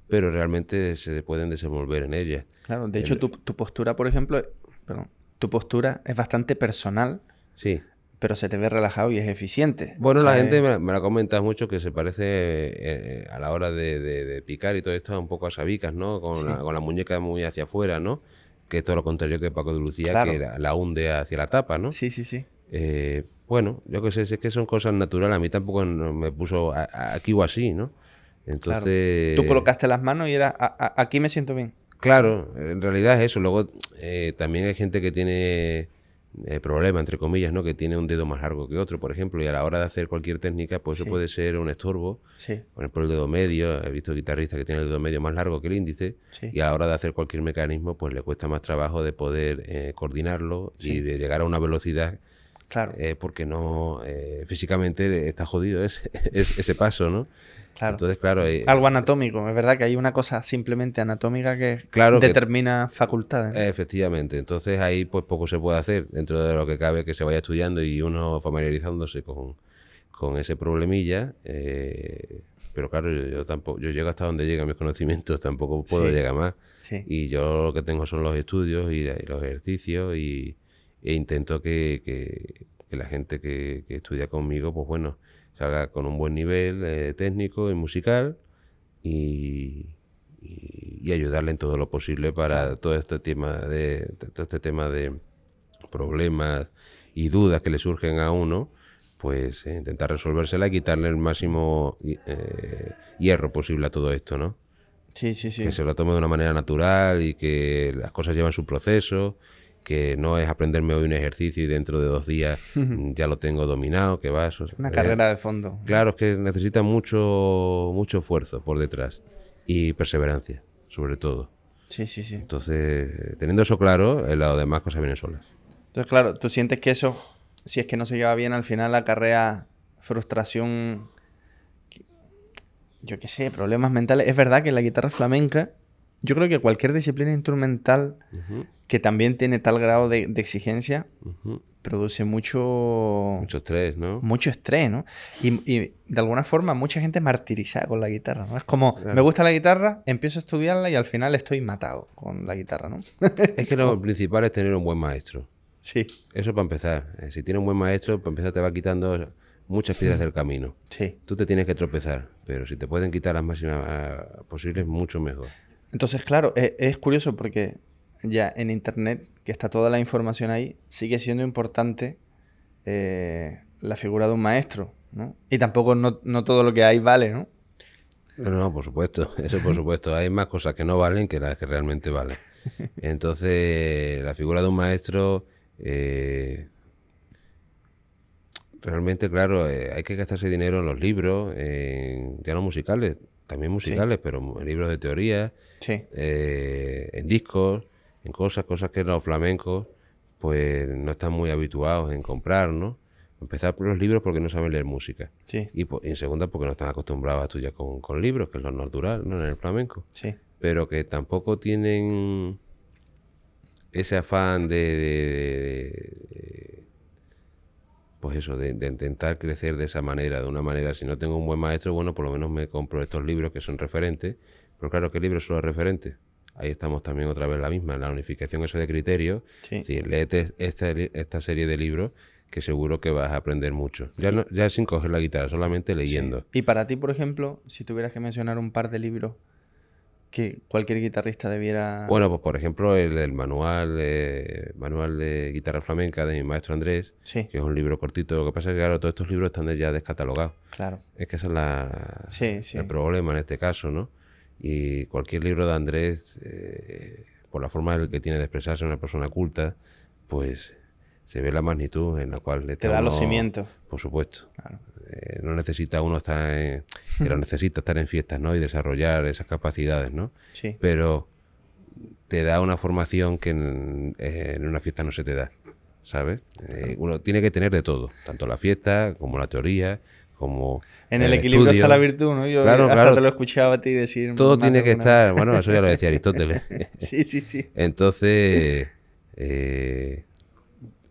pero realmente se pueden desenvolver en ellas. Claro, de hecho tu postura, por ejemplo, perdón, tu postura es bastante personal, Sí. pero se te ve relajado y es eficiente. Bueno, O sea, la gente me la comenta mucho que se parece a la hora de picar y todo esto un poco a Sabicas, ¿no? Sí. Con la muñeca muy hacia afuera, ¿no? Que es todo lo contrario que Paco de Lucía, Claro. que la hunde hacia la tapa, ¿no? Sí, sí, sí. Bueno, yo qué sé, es que son cosas naturales. A mí tampoco me puso aquí o así, ¿no? Entonces... Claro. Tú colocaste las manos y era, aquí me siento bien. Claro, en realidad es eso. Luego también hay gente que tiene problemas, entre comillas, ¿no? Que tiene un dedo más largo que otro, por ejemplo, y a la hora de hacer cualquier técnica, pues Sí. eso puede ser un estorbo. Sí. Por ejemplo, el dedo medio, he visto guitarristas que tienen el dedo medio más largo que el índice, Sí. y a la hora de hacer cualquier mecanismo, pues le cuesta más trabajo de poder coordinarlo Sí. y de llegar a una velocidad. Claro. Porque no físicamente está jodido ese paso, ¿no? Claro. Entonces, claro... algo anatómico. Es verdad que hay una cosa simplemente anatómica que Claro determina facultades, ¿no? Efectivamente. Entonces ahí pues poco se puede hacer dentro de lo que cabe que se vaya estudiando y uno familiarizándose con ese problemilla. Pero claro, yo tampoco, yo llego hasta donde llegan mis conocimientos, tampoco puedo Sí. llegar más. Sí. Y yo lo que tengo son los estudios y los ejercicios e intento que la gente que estudia conmigo, pues bueno, salga con un buen nivel técnico y musical y ayudarle en todo lo posible para todo este tema de problemas y dudas que le surgen a uno, pues intentar resolvérsela y quitarle el máximo hierro posible a todo esto, ¿no? Sí, sí, sí. Que se lo tome de una manera natural y que las cosas llevan su proceso, que no es aprenderme hoy un ejercicio y dentro de 2 días ya lo tengo dominado, que va eso. Una carrera de fondo. Claro, es que necesita mucho esfuerzo por detrás y perseverancia, sobre todo. Sí, sí, sí. Entonces, teniendo eso claro, las demás cosas vienen solas. Entonces, claro, tú sientes que eso, si es que no se lleva bien, al final acarrea frustración, yo qué sé, problemas mentales. Es verdad que la guitarra flamenca, yo creo que cualquier disciplina instrumental que también tiene tal grado de exigencia, produce mucho estrés, ¿no? Mucho estrés, ¿no? Y de alguna forma mucha gente martirizada con la guitarra, ¿no? Es como, Claro. me gusta la guitarra, empiezo a estudiarla y al final estoy matado con la guitarra, ¿no? Es que lo principal es tener un buen maestro. Sí. Eso para empezar. Si tienes un buen maestro, para empezar te va quitando muchas piedras del camino. Sí. Tú te tienes que tropezar, pero si te pueden quitar las máximas posibles, mucho mejor. Entonces, claro, es curioso porque ya en internet, que está toda la información ahí, sigue siendo importante la figura de un maestro, ¿no? Y tampoco no todo lo que hay vale, ¿no? No, por supuesto, eso por supuesto. Hay más cosas que no valen que las que realmente valen. Entonces, la figura de un maestro, realmente, claro, hay que gastarse dinero en los libros, ya no musicales, también musicales, sí, pero en libros de teoría, sí, en discos, en cosas que los flamencos pues no están muy habituados en comprar, ¿no? Empezar por los libros porque no saben leer música. Sí. Y en segunda porque no están acostumbrados a estudiar con libros, que es lo natural, ¿no? En el flamenco. Sí. Pero que tampoco tienen ese afán pues eso, de intentar crecer de esa manera, de una manera. Si no tengo un buen maestro, bueno, por lo menos me compro estos libros que son referentes. Pero claro, ¿qué libros son los referentes? Ahí estamos también otra vez la misma, la unificación eso de criterios. Sí. Sí, léete esta serie de libros que seguro que vas a aprender mucho. Ya, no, ya sin coger la guitarra, solamente leyendo. Sí. Y para ti, por ejemplo, si tuvieras que mencionar un par de libros que cualquier guitarrista debiera... Bueno, pues por ejemplo el manual de guitarra flamenca de mi maestro Andrés, sí, que es un libro cortito. Lo que pasa es que claro, todos estos libros están ya descatalogados. Claro. Es que ese es el problema en este caso, ¿no? Y cualquier libro de Andrés, por la forma en que tiene de expresarse una persona culta, pues se ve la magnitud en la cual te da los cimientos. Por supuesto. Claro. No necesita uno estar pero necesita estar en fiestas, ¿no? Y desarrollar esas capacidades, ¿no? Sí. Pero te da una formación que en una fiesta no se te da, ¿sabes? Uno tiene que tener de todo, tanto la fiesta como la teoría, como en el equilibrio estudio. Está la virtud, ¿no? Yo claro, hasta te lo escuchaba a ti decir... Todo tiene que estar... Bueno, eso ya lo decía Aristóteles. Sí. Entonces...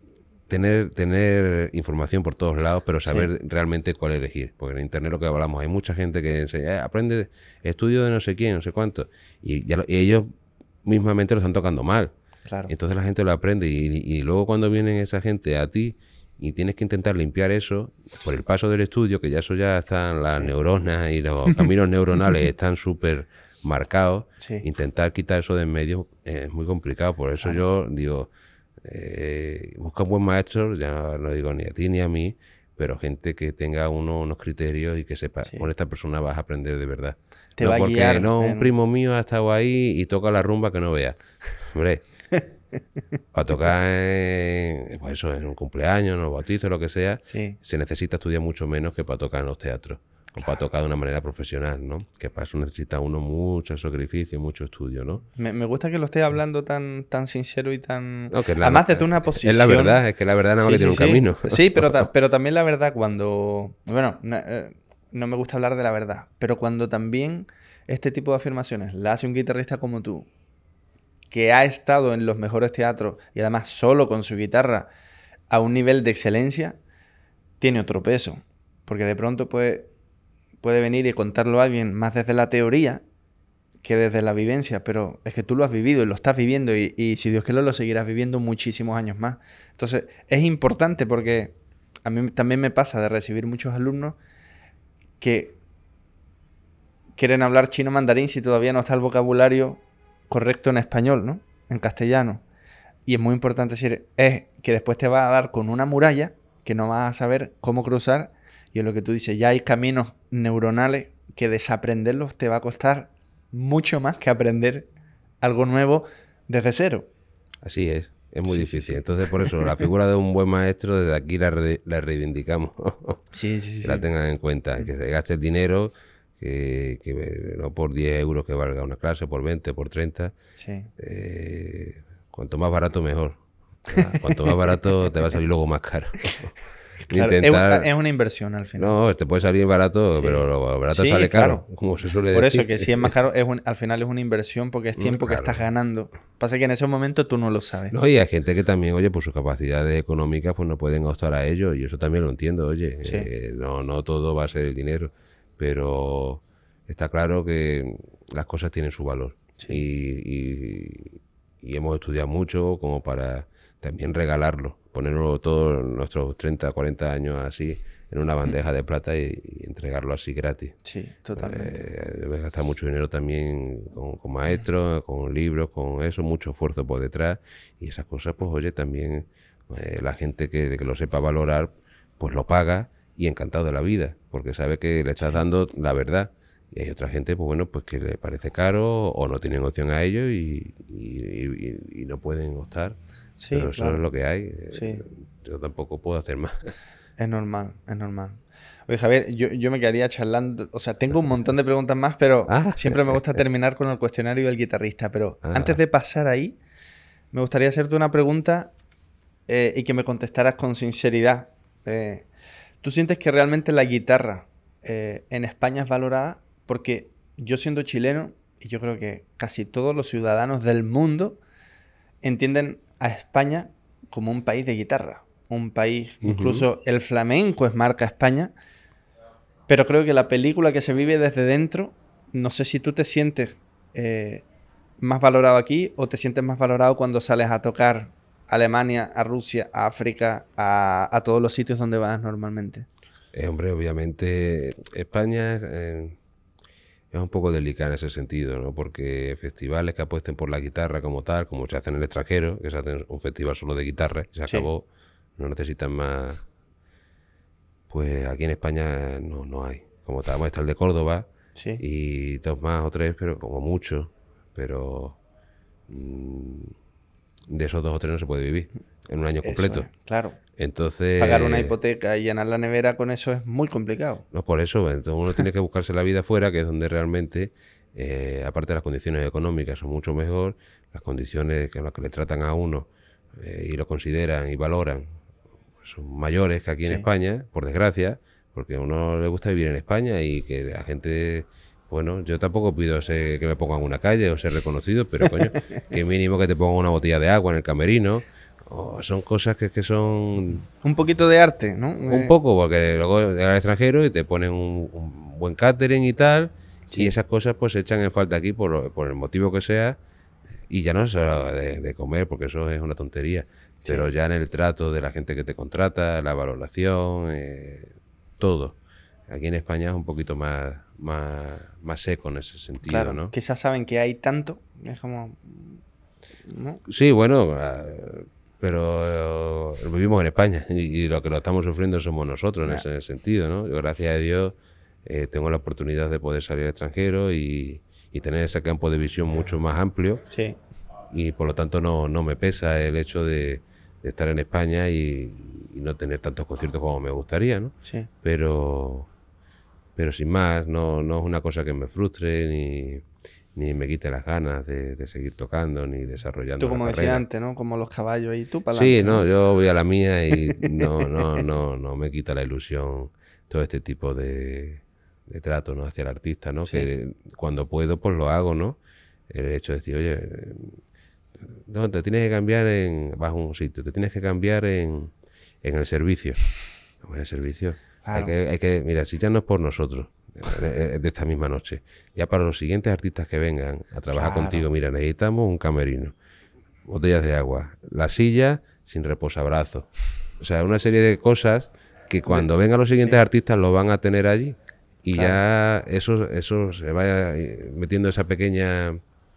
tener información por todos lados, pero saber realmente cuál elegir. Porque en internet lo que hablamos, hay mucha gente que enseña, aprende estudio de no sé quién, no sé cuánto, y ellos mismamente lo están tocando mal. Claro. Entonces la gente lo aprende y luego cuando vienen esa gente a ti y tienes que intentar limpiar eso por el paso del estudio, que ya eso ya están las neuronas y los caminos neuronales están súper marcados, intentar quitar eso de en medio es muy complicado. Por eso yo digo, busca un buen maestro, ya no digo ni a ti ni a mí, pero gente que tenga unos criterios y que sepa, con esta persona vas a aprender de verdad. Te va a guiar. Un primo mío ha estado ahí y toca la rumba que no vea. Hombre, para tocar pues eso, en un cumpleaños, en un bautizo, lo que sea, se necesita estudiar mucho menos que para tocar en los teatros. O para tocar de una manera profesional, ¿no? Que para eso necesita uno mucho sacrificio, mucho estudio, ¿no? Me gusta que lo estés hablando tan sincero y tan... No, que además desde una posición... Es la verdad, es que la verdad nada más que tiene un camino. Sí, pero también la verdad cuando... Bueno, no me gusta hablar de la verdad, pero cuando también este tipo de afirmaciones la hace un guitarrista como tú, que ha estado en los mejores teatros y además solo con su guitarra a un nivel de excelencia, tiene otro peso. Porque de pronto puede venir y contarlo a alguien más desde la teoría que desde la vivencia, pero es que tú lo has vivido y lo estás viviendo y si Dios quiere lo seguirás viviendo muchísimos años más. Entonces es importante porque a mí también me pasa de recibir muchos alumnos que quieren hablar chino mandarín si todavía no está el vocabulario correcto en español, ¿no? En castellano. Y es muy importante decir, es que después te va a dar con una muralla que no vas a saber cómo cruzar. Y es lo que tú dices, ya hay caminos neuronales que desaprenderlos te va a costar mucho más que aprender algo nuevo desde cero. Así es muy difícil. Entonces, por eso, la figura de un buen maestro, desde aquí la reivindicamos. Que la tengan en cuenta, que se gaste el dinero, que no por 10 euros que valga una clase, por 20, por 30. Cuanto más barato, mejor. Cuanto más barato, te va a salir luego más caro. Claro, es una inversión al final. No, te puede salir barato, pero lo barato sale caro, como se suele decir. Por eso que si es más caro, al final es una inversión porque es tiempo que estás ganando. Pasa que en ese momento tú no lo sabes. No, y hay gente que también, oye, por sus capacidades económicas, pues no pueden optar a ello, y eso también lo entiendo, oye. No todo va a ser el dinero, pero está claro que las cosas tienen su valor. Y hemos estudiado mucho como para también regalarlo, ponerlo todos nuestros 30, 40 años así en una bandeja de plata y entregarlo así gratis. Sí, totalmente. Gastar mucho dinero también con maestros, con libros, con eso, mucho esfuerzo por detrás, y esas cosas, pues oye, también la gente que lo sepa valorar, pues lo paga y encantado de la vida, porque sabe que le estás dando la verdad. Y hay otra gente, pues bueno, pues que le parece caro o no tienen opción a ello y no pueden optar. Pero eso es lo que hay. Yo tampoco puedo hacer más. Es normal, es normal. Oye, Javier, yo me quedaría charlando. O sea, tengo un montón de preguntas más, pero siempre me gusta terminar con el cuestionario del guitarrista. Pero antes de pasar ahí, me gustaría hacerte una pregunta y que me contestaras con sinceridad. ¿Tú sientes que realmente la guitarra en España es valorada? Porque yo siendo chileno, y yo creo que casi todos los ciudadanos del mundo entienden a España como un país de guitarra. Un país, incluso el flamenco es marca España, pero creo que la película que se vive desde dentro, no sé si tú te sientes más valorado aquí o te sientes más valorado cuando sales a tocar a Alemania, a Rusia, a África, a todos los sitios donde vas normalmente. Hombre, obviamente España es un poco delicada en ese sentido, ¿no? Porque festivales que apuesten por la guitarra como tal, como se hace en el extranjero, que se hace un festival solo de guitarra y se acabó, no necesitan más. Pues aquí en España no hay. Como tal, está el de Córdoba y dos más o tres, pero como mucho. Pero de esos 2 o 3 no se puede vivir en un año completo. Claro. Entonces, pagar una hipoteca y llenar la nevera con eso es muy complicado. No, por eso. Entonces uno tiene que buscarse la vida fuera, que es donde realmente, aparte de las condiciones económicas, son mucho mejor, las condiciones con las que le tratan a uno y lo consideran y valoran pues son mayores que aquí en España, por desgracia, porque a uno le gusta vivir en España y que la gente... Bueno, yo tampoco pido que me pongan en una calle o ser reconocido, pero coño, que mínimo que te pongan una botella de agua en el camerino son cosas que son... Un poquito de arte, ¿no? Un poco, porque luego llegas al extranjero y te ponen un buen catering y tal, Sí. y esas cosas pues se echan en falta aquí por el motivo que sea, y ya no es solo de comer, porque eso es una tontería, pero Sí. ya en el trato de la gente que te contrata, la valoración, todo. Aquí en España es un poquito más seco en ese sentido, Claro, ¿no? quizás saben que hay tanto, es como, ¿no? Sí, bueno, pero vivimos en España y lo que lo estamos sufriendo somos nosotros en ese sentido, ¿no? Yo, gracias a Dios, tengo la oportunidad de poder salir al extranjero y tener ese campo de visión mucho más amplio Sí, y por lo tanto no me pesa el hecho de estar en España y no tener tantos conciertos como me gustaría, ¿no? sí. Pero sin más, no es una cosa que me frustre ni me quite las ganas de seguir tocando ni desarrollando Tú la como decías carrera. antes, ¿no? Como los caballos y tú para Sí, adelante, no, ¿no? yo voy a la mía y no me quita la ilusión todo este tipo de trato, ¿no? Hacia el artista, ¿no? Sí. Que cuando puedo, pues lo hago, ¿no? El hecho de decir, oye, no, te tienes que cambiar vas a un sitio, te tienes que cambiar en el servicio. En el servicio. Claro. Mira, si ya no es por nosotros, de esta misma noche, ya para los siguientes artistas que vengan a trabajar Claro. contigo, mira, necesitamos un camerino, botellas de agua, la silla sin reposabrazos. O sea, una serie de cosas que cuando vengan los siguientes sí. artistas lo van a tener allí. Y Claro. ya eso se vaya metiendo esa pequeña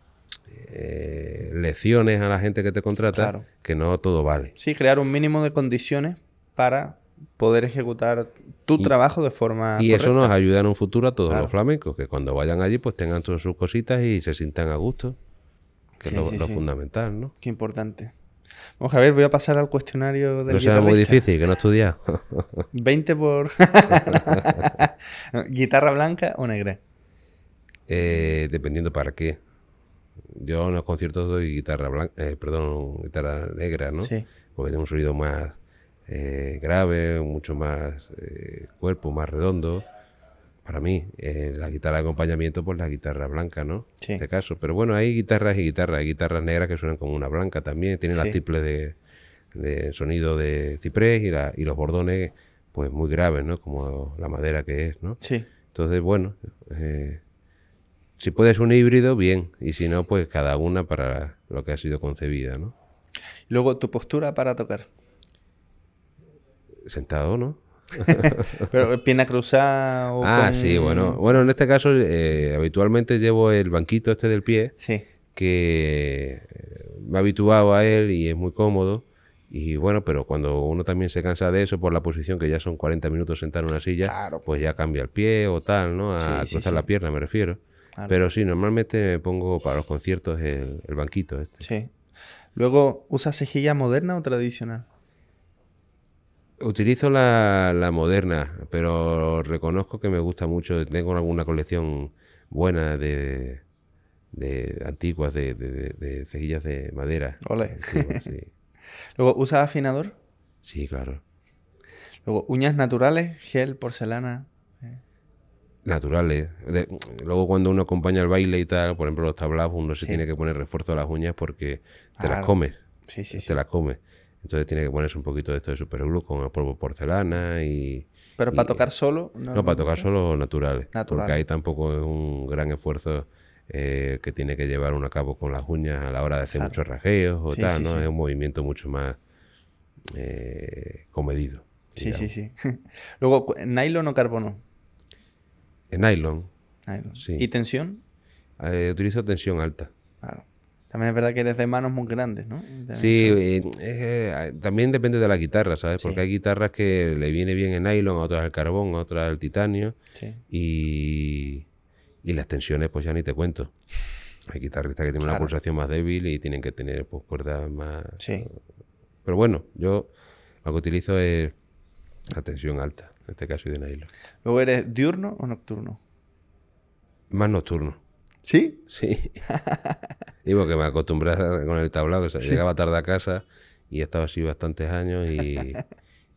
lecciones a la gente que te contrata, Claro. que no todo vale. Sí, crear un mínimo de condiciones para poder ejecutar tu trabajo de forma Y correcta. eso nos ayuda en un futuro a todos Claro. los flamencos, que cuando vayan allí pues tengan todas sus cositas y se sientan a gusto, que Sí, es sí, lo sí. fundamental, ¿no? Qué importante. Vamos a ver, voy a pasar al cuestionario del No será muy guitarrista. difícil, que no he estudiado. 20 por... ¿Guitarra blanca o negra? Dependiendo para qué. Yo en los conciertos doy guitarra blanca, guitarra negra, ¿no? Sí. Porque tiene un sonido más grave, mucho más cuerpo, más redondo. Para mí, la guitarra de acompañamiento, pues la guitarra blanca, ¿no? Sí. En este caso. Pero bueno, hay guitarras y guitarras. Hay guitarras negras que suenan como una blanca también. Tienen Sí. las tiples de sonido de ciprés y los bordones, pues muy graves, ¿no? Como la madera que es, ¿no? Sí. Entonces, bueno, si puedes un híbrido, bien. Y si no, pues cada una para lo que ha sido concebida, ¿no? Luego, tu postura para tocar. Sentado, ¿no? Pero pierna cruzada o con... Sí, bueno. Bueno, en este caso, habitualmente llevo el banquito este del pie, Sí. que me he habituado a él y es muy cómodo. Y bueno, pero cuando uno también se cansa de eso por la posición, que ya son 40 minutos sentado en una silla, Claro. pues ya cambia el pie o tal, ¿no? A Sí, cruzar sí. la pierna, me refiero. Claro. Pero sí, normalmente me pongo para los conciertos el banquito este. Sí. Luego, ¿usas cejilla moderna o tradicional? Utilizo la moderna, pero reconozco que me gusta mucho. Tengo alguna colección buena de antiguas, de cejillas de madera. Ole. Antiguas, sí. Luego, ¿usas afinador? Sí, claro. Luego, uñas naturales, gel, porcelana. Naturales. Luego cuando uno acompaña el baile y tal, por ejemplo los tablaos, uno se Sí. tiene que poner refuerzo a las uñas porque te las Claro. comes. Sí, sí, Te sí. las comes. Entonces tiene que ponerse un poquito de esto de superglue con el polvo porcelana y... Pero para tocar solo... No, para tocar solo naturales. Natural. Porque ahí tampoco es un gran esfuerzo que tiene que llevar uno a cabo con las uñas a la hora de hacer Claro. muchos rajeos o Sí, tal, sí, ¿no? sí. Es un movimiento mucho más comedido. Sí, sí, digamos. sí. Luego, ¿nylon o carbono? En nylon, Nylon. Sí. ¿Y tensión? utilizo tensión alta. Claro. También es verdad que eres de manos muy grandes, ¿no? También Sí, eso. también depende de la guitarra, ¿sabes? Sí. Porque hay guitarras que le viene bien el nylon, a otras el carbón, a otras el titanio. Sí. Y las tensiones, pues ya ni te cuento. Hay guitarristas que tienen una Claro. pulsación más débil y tienen que tener pues, cuerdas más... Sí. Pero bueno, yo lo que utilizo es la tensión alta, en este caso de nylon. Luego, ¿eres diurno o nocturno? Más nocturno. ¿Sí? Sí. Y porque me acostumbré con el tablao, que llegaba tarde a casa y he estado así bastantes años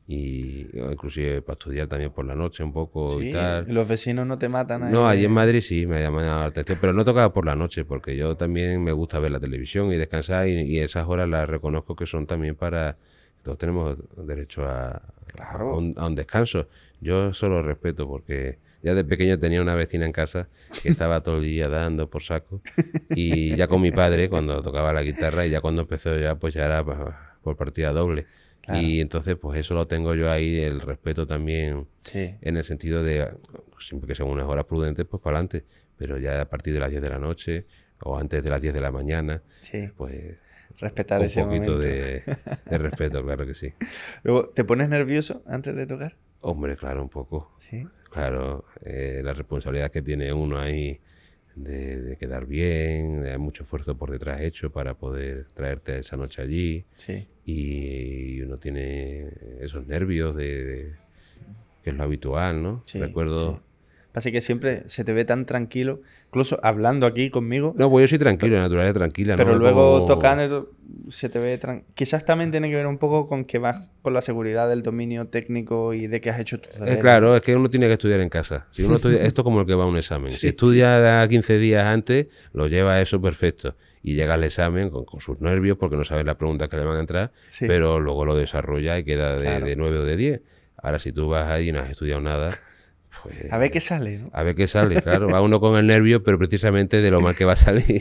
y o inclusive para estudiar también por la noche un poco y Sí, tal. los vecinos no te matan ahí No, allí en de... Madrid sí me llama la atención, pero no tocaba por la noche, porque yo también me gusta ver la televisión y descansar, y esas horas las reconozco que son también para... Todos tenemos derecho Claro. a un descanso. Yo eso lo respeto, porque ya de pequeño tenía una vecina en casa que estaba todo el día dando por saco, y ya con mi padre cuando tocaba la guitarra, y ya cuando empezó ya, pues ya era por partida doble. Claro, Y entonces, pues eso lo tengo yo ahí, el respeto también, sí, en el sentido de, siempre que sean unas horas prudentes, pues para adelante. Pero ya a partir de las 10 de la noche o antes de las 10 de la mañana, sí. pues Respetar un ese poquito momento. de respeto, claro que sí. Luego, ¿te pones nervioso antes de tocar? Hombre, claro, un poco. Sí, Claro, la responsabilidad que tiene uno ahí de quedar bien, hay mucho esfuerzo por detrás hecho para poder traerte esa noche allí, sí, y uno tiene esos nervios que es lo habitual, ¿no? sí, sí. Recuerdo... Pasa que siempre se te ve tan tranquilo, incluso hablando aquí conmigo, No, pues yo soy tranquilo, pe- de naturaleza tranquila, no pero me luego pongo... tocando y se te ve... Quizás también tiene que ver un poco con que vas con la seguridad del dominio técnico y de que has hecho tus deberes, ¿no? Claro, es que uno tiene que estudiar en casa. Si uno estudia, esto es como el que va a un examen. Si Sí, sí, estudia a 15 días antes, lo lleva eso perfecto. Y llega al examen con sus nervios porque no sabe la pregunta que le van a entrar, sí, pero luego lo desarrolla y queda de claro. 9 o de 10. Ahora, si tú vas ahí y no has estudiado nada, A ver qué pues sale, ¿no? a ver qué sale. Claro, va uno con el nervio, pero precisamente de lo mal que va a salir.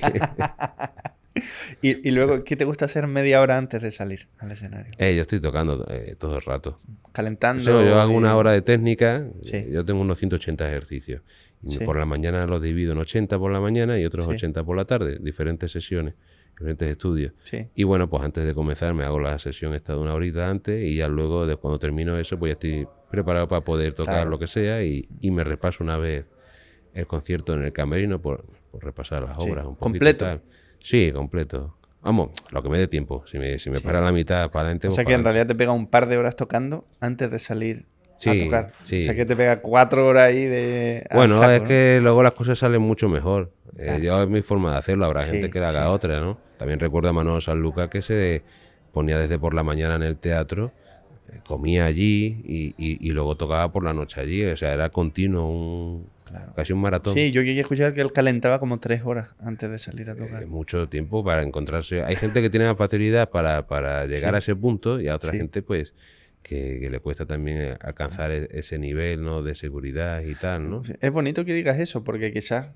Y luego, ¿qué te gusta hacer media hora antes de salir al escenario? Yo estoy tocando todo el rato. Yo Calentando hago una y... hora de técnica, Sí, yo tengo unos 180 ejercicios. Y sí, por la mañana los divido en 80 por la mañana y otros sí, 80 por la tarde, diferentes sesiones, diferentes estudios. sí. Y bueno, pues antes de comenzar me hago la sesión esta de una horita antes, y ya luego, de cuando termino eso, pues ya estoy preparado para poder tocar lo Claro, que sea, y me repaso una vez el concierto en el camerino por repasar las sí. obras un poquito y Completo. tal. Sí, completo. Vamos, lo que me dé tiempo. Si me Sí. para la mitad para adelante, O pues sea que para en adelante. realidad te pega un par de horas tocando antes de salir a Sí, tocar. O sea que sí. te pega 4 horas ahí de a Bueno, es saco, ¿no? que luego las cosas salen mucho mejor. Ya. Yo es mi forma de hacerlo, habrá gente Sí, que la haga sí. otra, ¿no? También recuerdo a Manolo Sanlúcar que se ponía desde por la mañana en el teatro, comía allí y luego tocaba por la noche allí. O sea, era continuo, Claro. casi un maratón. Sí, yo llegué a escuchar que él calentaba como 3 horas antes de salir a tocar. Mucho tiempo para encontrarse. Hay gente que tiene la facilidad para llegar a Sí, ese punto, y a otra sí. gente pues que le cuesta también alcanzar ese nivel, ¿no? De seguridad y tal, ¿no? Sí. Es bonito que digas eso, porque quizás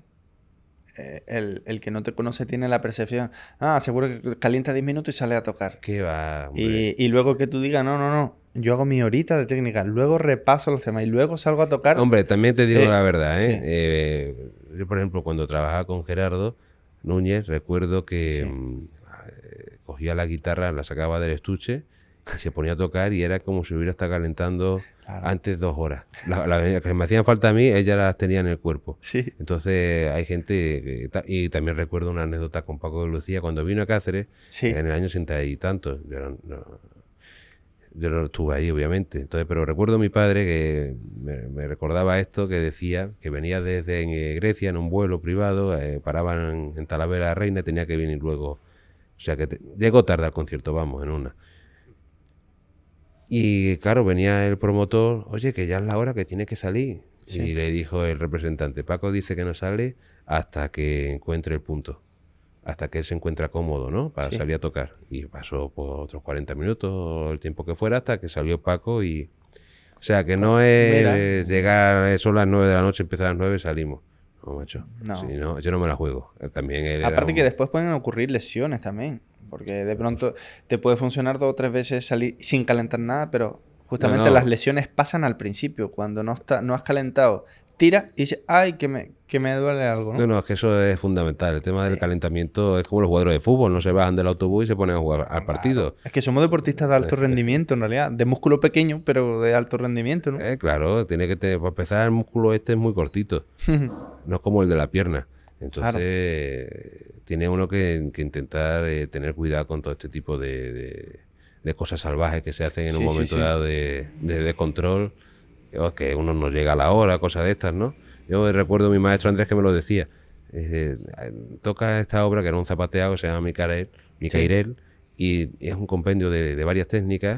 el que no te conoce tiene la percepción, seguro que calienta 10 minutos y sale a tocar. ¿Qué va, hombre? Y luego que tú digas, no, no, no, yo hago mi horita de técnica, luego repaso los temas y luego salgo a tocar. Hombre, también te digo la verdad, ¿eh? Sí, Yo, por ejemplo, cuando trabajaba con Gerardo Núñez, recuerdo que sí, cogía la guitarra, la sacaba del estuche y se ponía a tocar, y era como si hubiera estado calentando claro. antes 2 horas. Las que me hacían falta a mí, ella las tenía en el cuerpo. Sí, Entonces hay gente y también recuerdo una anécdota con Paco de Lucía cuando vino a Cáceres sí, en el año 60 y tantos. Yo no estuve ahí, obviamente. Entonces, pero recuerdo a mi padre que me recordaba esto, que decía que venía desde Grecia en un vuelo privado, paraban en Talavera la Reina y tenía que venir luego. O sea que llegó tarde al concierto, vamos, en una. Y claro, venía el promotor, oye, que ya es la hora que tiene que salir. Y sí, le dijo el representante, Paco dice que no sale hasta que encuentre el punto, hasta que él se encuentra cómodo, ¿no? Para sí. salir a tocar. Y pasó por otros 40 minutos, el tiempo que fuera, hasta que salió Paco y... O sea, que no es Mira, llegar, son las 9 de la noche, empieza a las 9 salimos. No, macho. Si no. no, yo no me la juego. También él era Aparte que un... después pueden ocurrir lesiones también, porque de pronto te puede funcionar 2 o 3 veces salir sin calentar nada, pero No, justamente las no. lesiones pasan al principio, cuando no has calentado, tira y dices, ay, que me duele algo, No, ¿no? no, es que eso es fundamental. El tema del Sí. calentamiento es como los jugadores de fútbol, no se bajan del autobús y se ponen a jugar al Claro. partido. Es que somos deportistas de alto rendimiento, en realidad, de músculo pequeño, pero de alto rendimiento, ¿no? Claro, tiene que tener, para empezar, el músculo este es muy cortito, no es como el de la pierna. Claro. Entonces, tiene uno que intentar tener cuidado con todo este tipo de cosas salvajes que se hacen en un Sí, sí, momento sí. dado de control, o que uno no llega a la hora, cosas de estas, ¿no? Yo recuerdo a mi maestro Andrés que me lo decía. Toca esta obra, que era un zapateado, que se llama Sí. Micairel, y es un compendio de varias técnicas,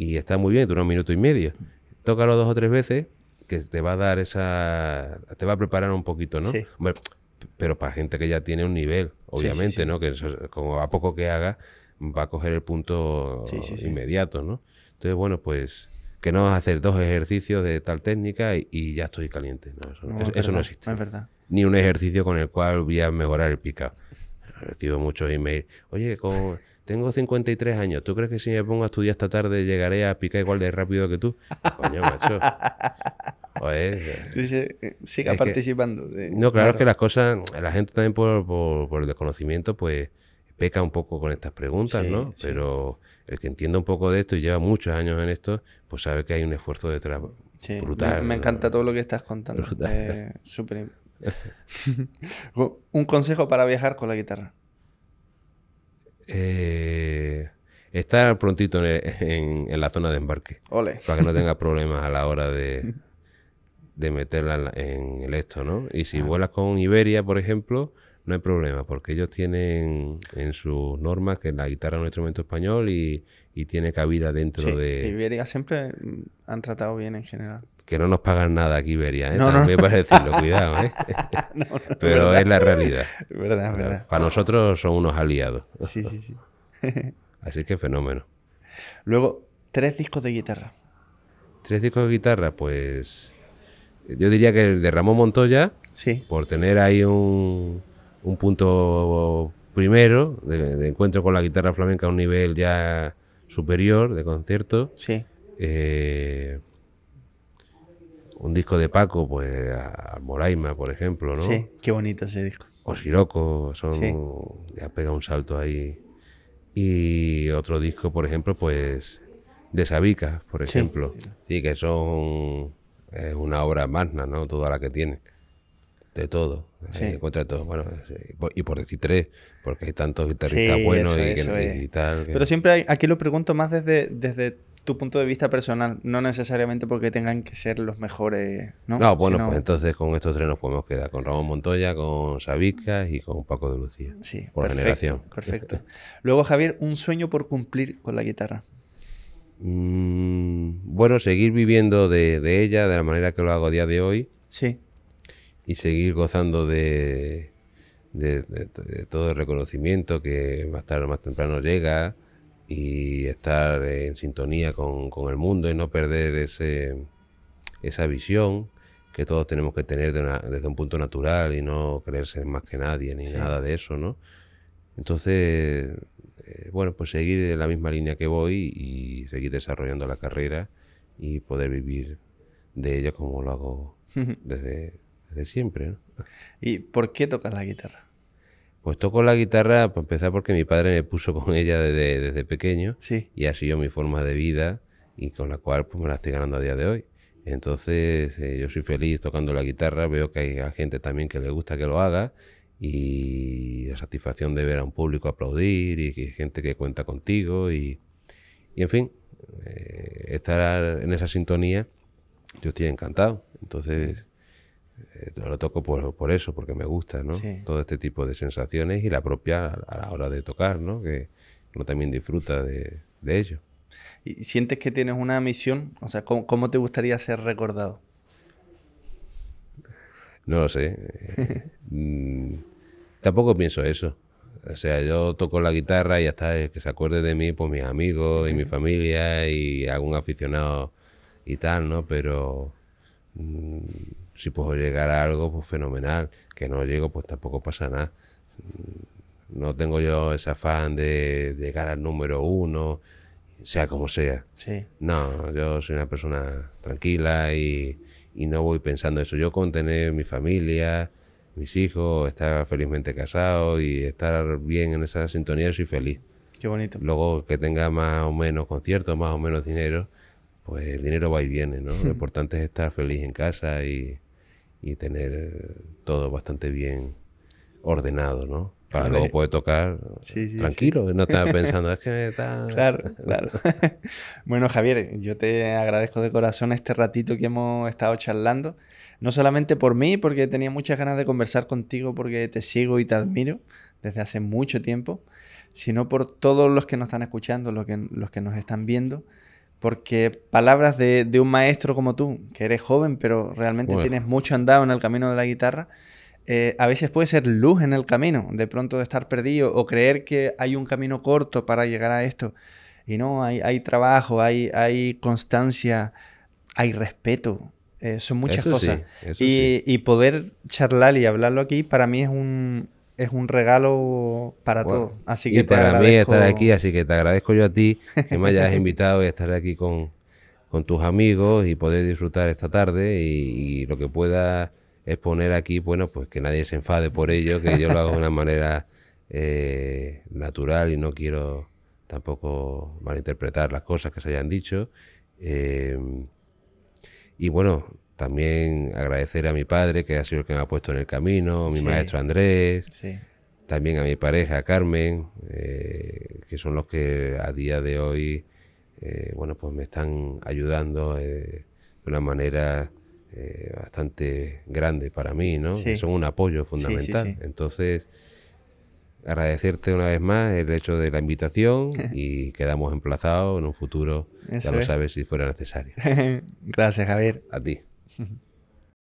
y está muy bien, dura 1 minuto y medio. Tócalo 2 o 3 veces, que te va a dar esa... te va a preparar un poquito, ¿no? Sí. Hombre, pero para gente que ya tiene un nivel, obviamente, sí. ¿no? Que eso, como a poco que haga, va a coger el punto Sí. inmediato, ¿no? Entonces, bueno, pues que no hacer 2 ejercicios de tal técnica y ya estoy caliente. No, No, eso, es eso no verdad, existe. es verdad. Ni un ejercicio con el cual voy a mejorar el picado. Recibo muchos emails. Oye, tengo 53 años. ¿Tú crees que si me pongo a estudiar esta tarde llegaré a picar igual de rápido que tú? Coño, macho. Joder, Dice, siga es que, participando. no, claro, es que las cosas, la gente también por el desconocimiento, pues peca un poco con estas preguntas, Sí, ¿no? sí. Pero el que entienda un poco de esto y lleva muchos años en esto, pues sabe que hay un esfuerzo detrás Sí, brutal. me encanta todo lo que estás contando. Brutal. Súper. Un consejo para viajar con la guitarra. Estar prontito en la zona de embarque, Ole. para que no tengas problemas a la hora de meterla en el esto, ¿no? Y si vuelas con Iberia, por ejemplo, no hay problema, porque ellos tienen en sus normas que la guitarra es un instrumento español y tiene cabida dentro Sí, de... Iberia siempre han tratado bien en general. Que no nos pagan nada aquí Iberia, ¿eh? No. También para decirlo, cuidado, ¿eh? No, Pero es la realidad. Es verdad. Para nosotros son unos aliados. Sí. Así que fenómeno. Luego, 3 discos de guitarra. 3 discos de guitarra, pues... Yo diría que el de Ramón Montoya, Sí. por tener ahí un punto primero de encuentro con la guitarra flamenca a un nivel ya superior de concierto. Sí. Un disco de Paco, pues a Moraima, por ejemplo, ¿no? Sí, qué bonito ese disco. O Siroco, Sí. ya pega un salto ahí. Y otro disco, por ejemplo, pues de Sabica, por Sí. ejemplo. Sí, que son una obra magna, ¿no? Toda la que tiene. De todo. Sí. Encuentra todo. Bueno, y por decir 3, porque hay tantos guitarristas Sí, buenos eso y tal. Pero siempre aquí lo pregunto más desde tu punto de vista personal, no necesariamente porque tengan que ser los mejores, ¿no? No, bueno, Sino... pues entonces con estos 3 nos podemos quedar. Con Ramón Montoya, con Sabica y con Paco de Lucía. Sí, por generación. Perfecto. Luego, Javier, un sueño por cumplir con la guitarra. Bueno, seguir viviendo de ella de la manera que lo hago a día de hoy Sí. y seguir gozando de todo el reconocimiento que más tarde o más temprano llega y estar en sintonía con el mundo y no perder esa visión que todos tenemos que tener desde un punto natural y no creerse más que nadie ni nada de eso, ¿no? Entonces, bueno, pues seguir en la misma línea que voy y seguir desarrollando la carrera y poder vivir de ello como lo hago desde siempre, ¿no? ¿Y por qué tocas la guitarra? Pues toco la guitarra, para empezar, porque mi padre me puso con ella desde pequeño Sí. y ha sido mi forma de vida y con la cual pues me la estoy ganando a día de hoy. Entonces, yo soy feliz tocando la guitarra, veo que hay gente también que le gusta que lo haga y la satisfacción de ver a un público aplaudir y que hay gente que cuenta contigo y en fin, estar en esa sintonía, yo estoy encantado. Entonces, lo toco por eso, porque me gusta, ¿no? Sí. Todo este tipo de sensaciones y la propia a la hora de tocar, ¿no? Que uno también disfruta de ello. ¿Y sientes que tienes una misión? O sea, ¿cómo te gustaría ser recordado? No lo sé. Tampoco pienso eso. O sea, yo toco la guitarra y hasta el que se acuerde de mí, pues mis amigos y mi familia y algún aficionado y tal, ¿no? Pero si puedo llegar a algo, pues fenomenal. Que no llego, pues tampoco pasa nada. No tengo yo ese afán de llegar al número 1, sea como sea. Sí. No, yo soy una persona tranquila y no voy pensando eso. Yo con tener mi familia, mis hijos, estar felizmente casado y estar bien en esa sintonía, soy feliz. Qué bonito. Luego que tenga más o menos conciertos, más o menos dinero, pues el dinero va y viene, ¿no? Lo importante es estar feliz en casa y tener todo bastante bien ordenado, ¿no? Para luego poder tocar tranquilo y no estar pensando, es que está... Claro. Bueno, Javier, yo te agradezco de corazón este ratito que hemos estado charlando. No solamente por mí, porque tenía muchas ganas de conversar contigo, porque te sigo y te admiro desde hace mucho tiempo, sino por todos los que nos están escuchando, los que nos están viendo, porque palabras de un maestro como tú, que eres joven, pero realmente Bueno, tienes mucho andado en el camino de la guitarra, a veces puede ser luz en el camino, de pronto de estar perdido o creer que hay un camino corto para llegar a esto. Y no, hay trabajo, hay constancia, hay respeto, son muchas eso cosas. sí, eso sí. Y poder charlar y hablarlo aquí para mí es un regalo para todos. Bueno, Así y que te para mí estar aquí, agradezco. así que te agradezco yo a ti que me hayas invitado y estar aquí con tus amigos y poder disfrutar esta tarde y lo que pueda exponer aquí, bueno, pues que nadie se enfade por ello, que yo lo hago de una manera natural y no quiero tampoco malinterpretar las cosas que se hayan dicho. Eh, y bueno, también agradecer a mi padre, que ha sido el que me ha puesto en el camino, a mi Sí, maestro Andrés, sí, también a mi pareja Carmen, que son los que a día de hoy, bueno, pues me están ayudando de una manera bastante grande para mí, ¿no? Que sí, son un apoyo sí, sí, fundamental. sí. Entonces, agradecerte una vez más el hecho de la invitación y quedamos emplazados en un futuro, ya Eso lo es. sabes, si fuera necesario. Gracias, Javier. A ti.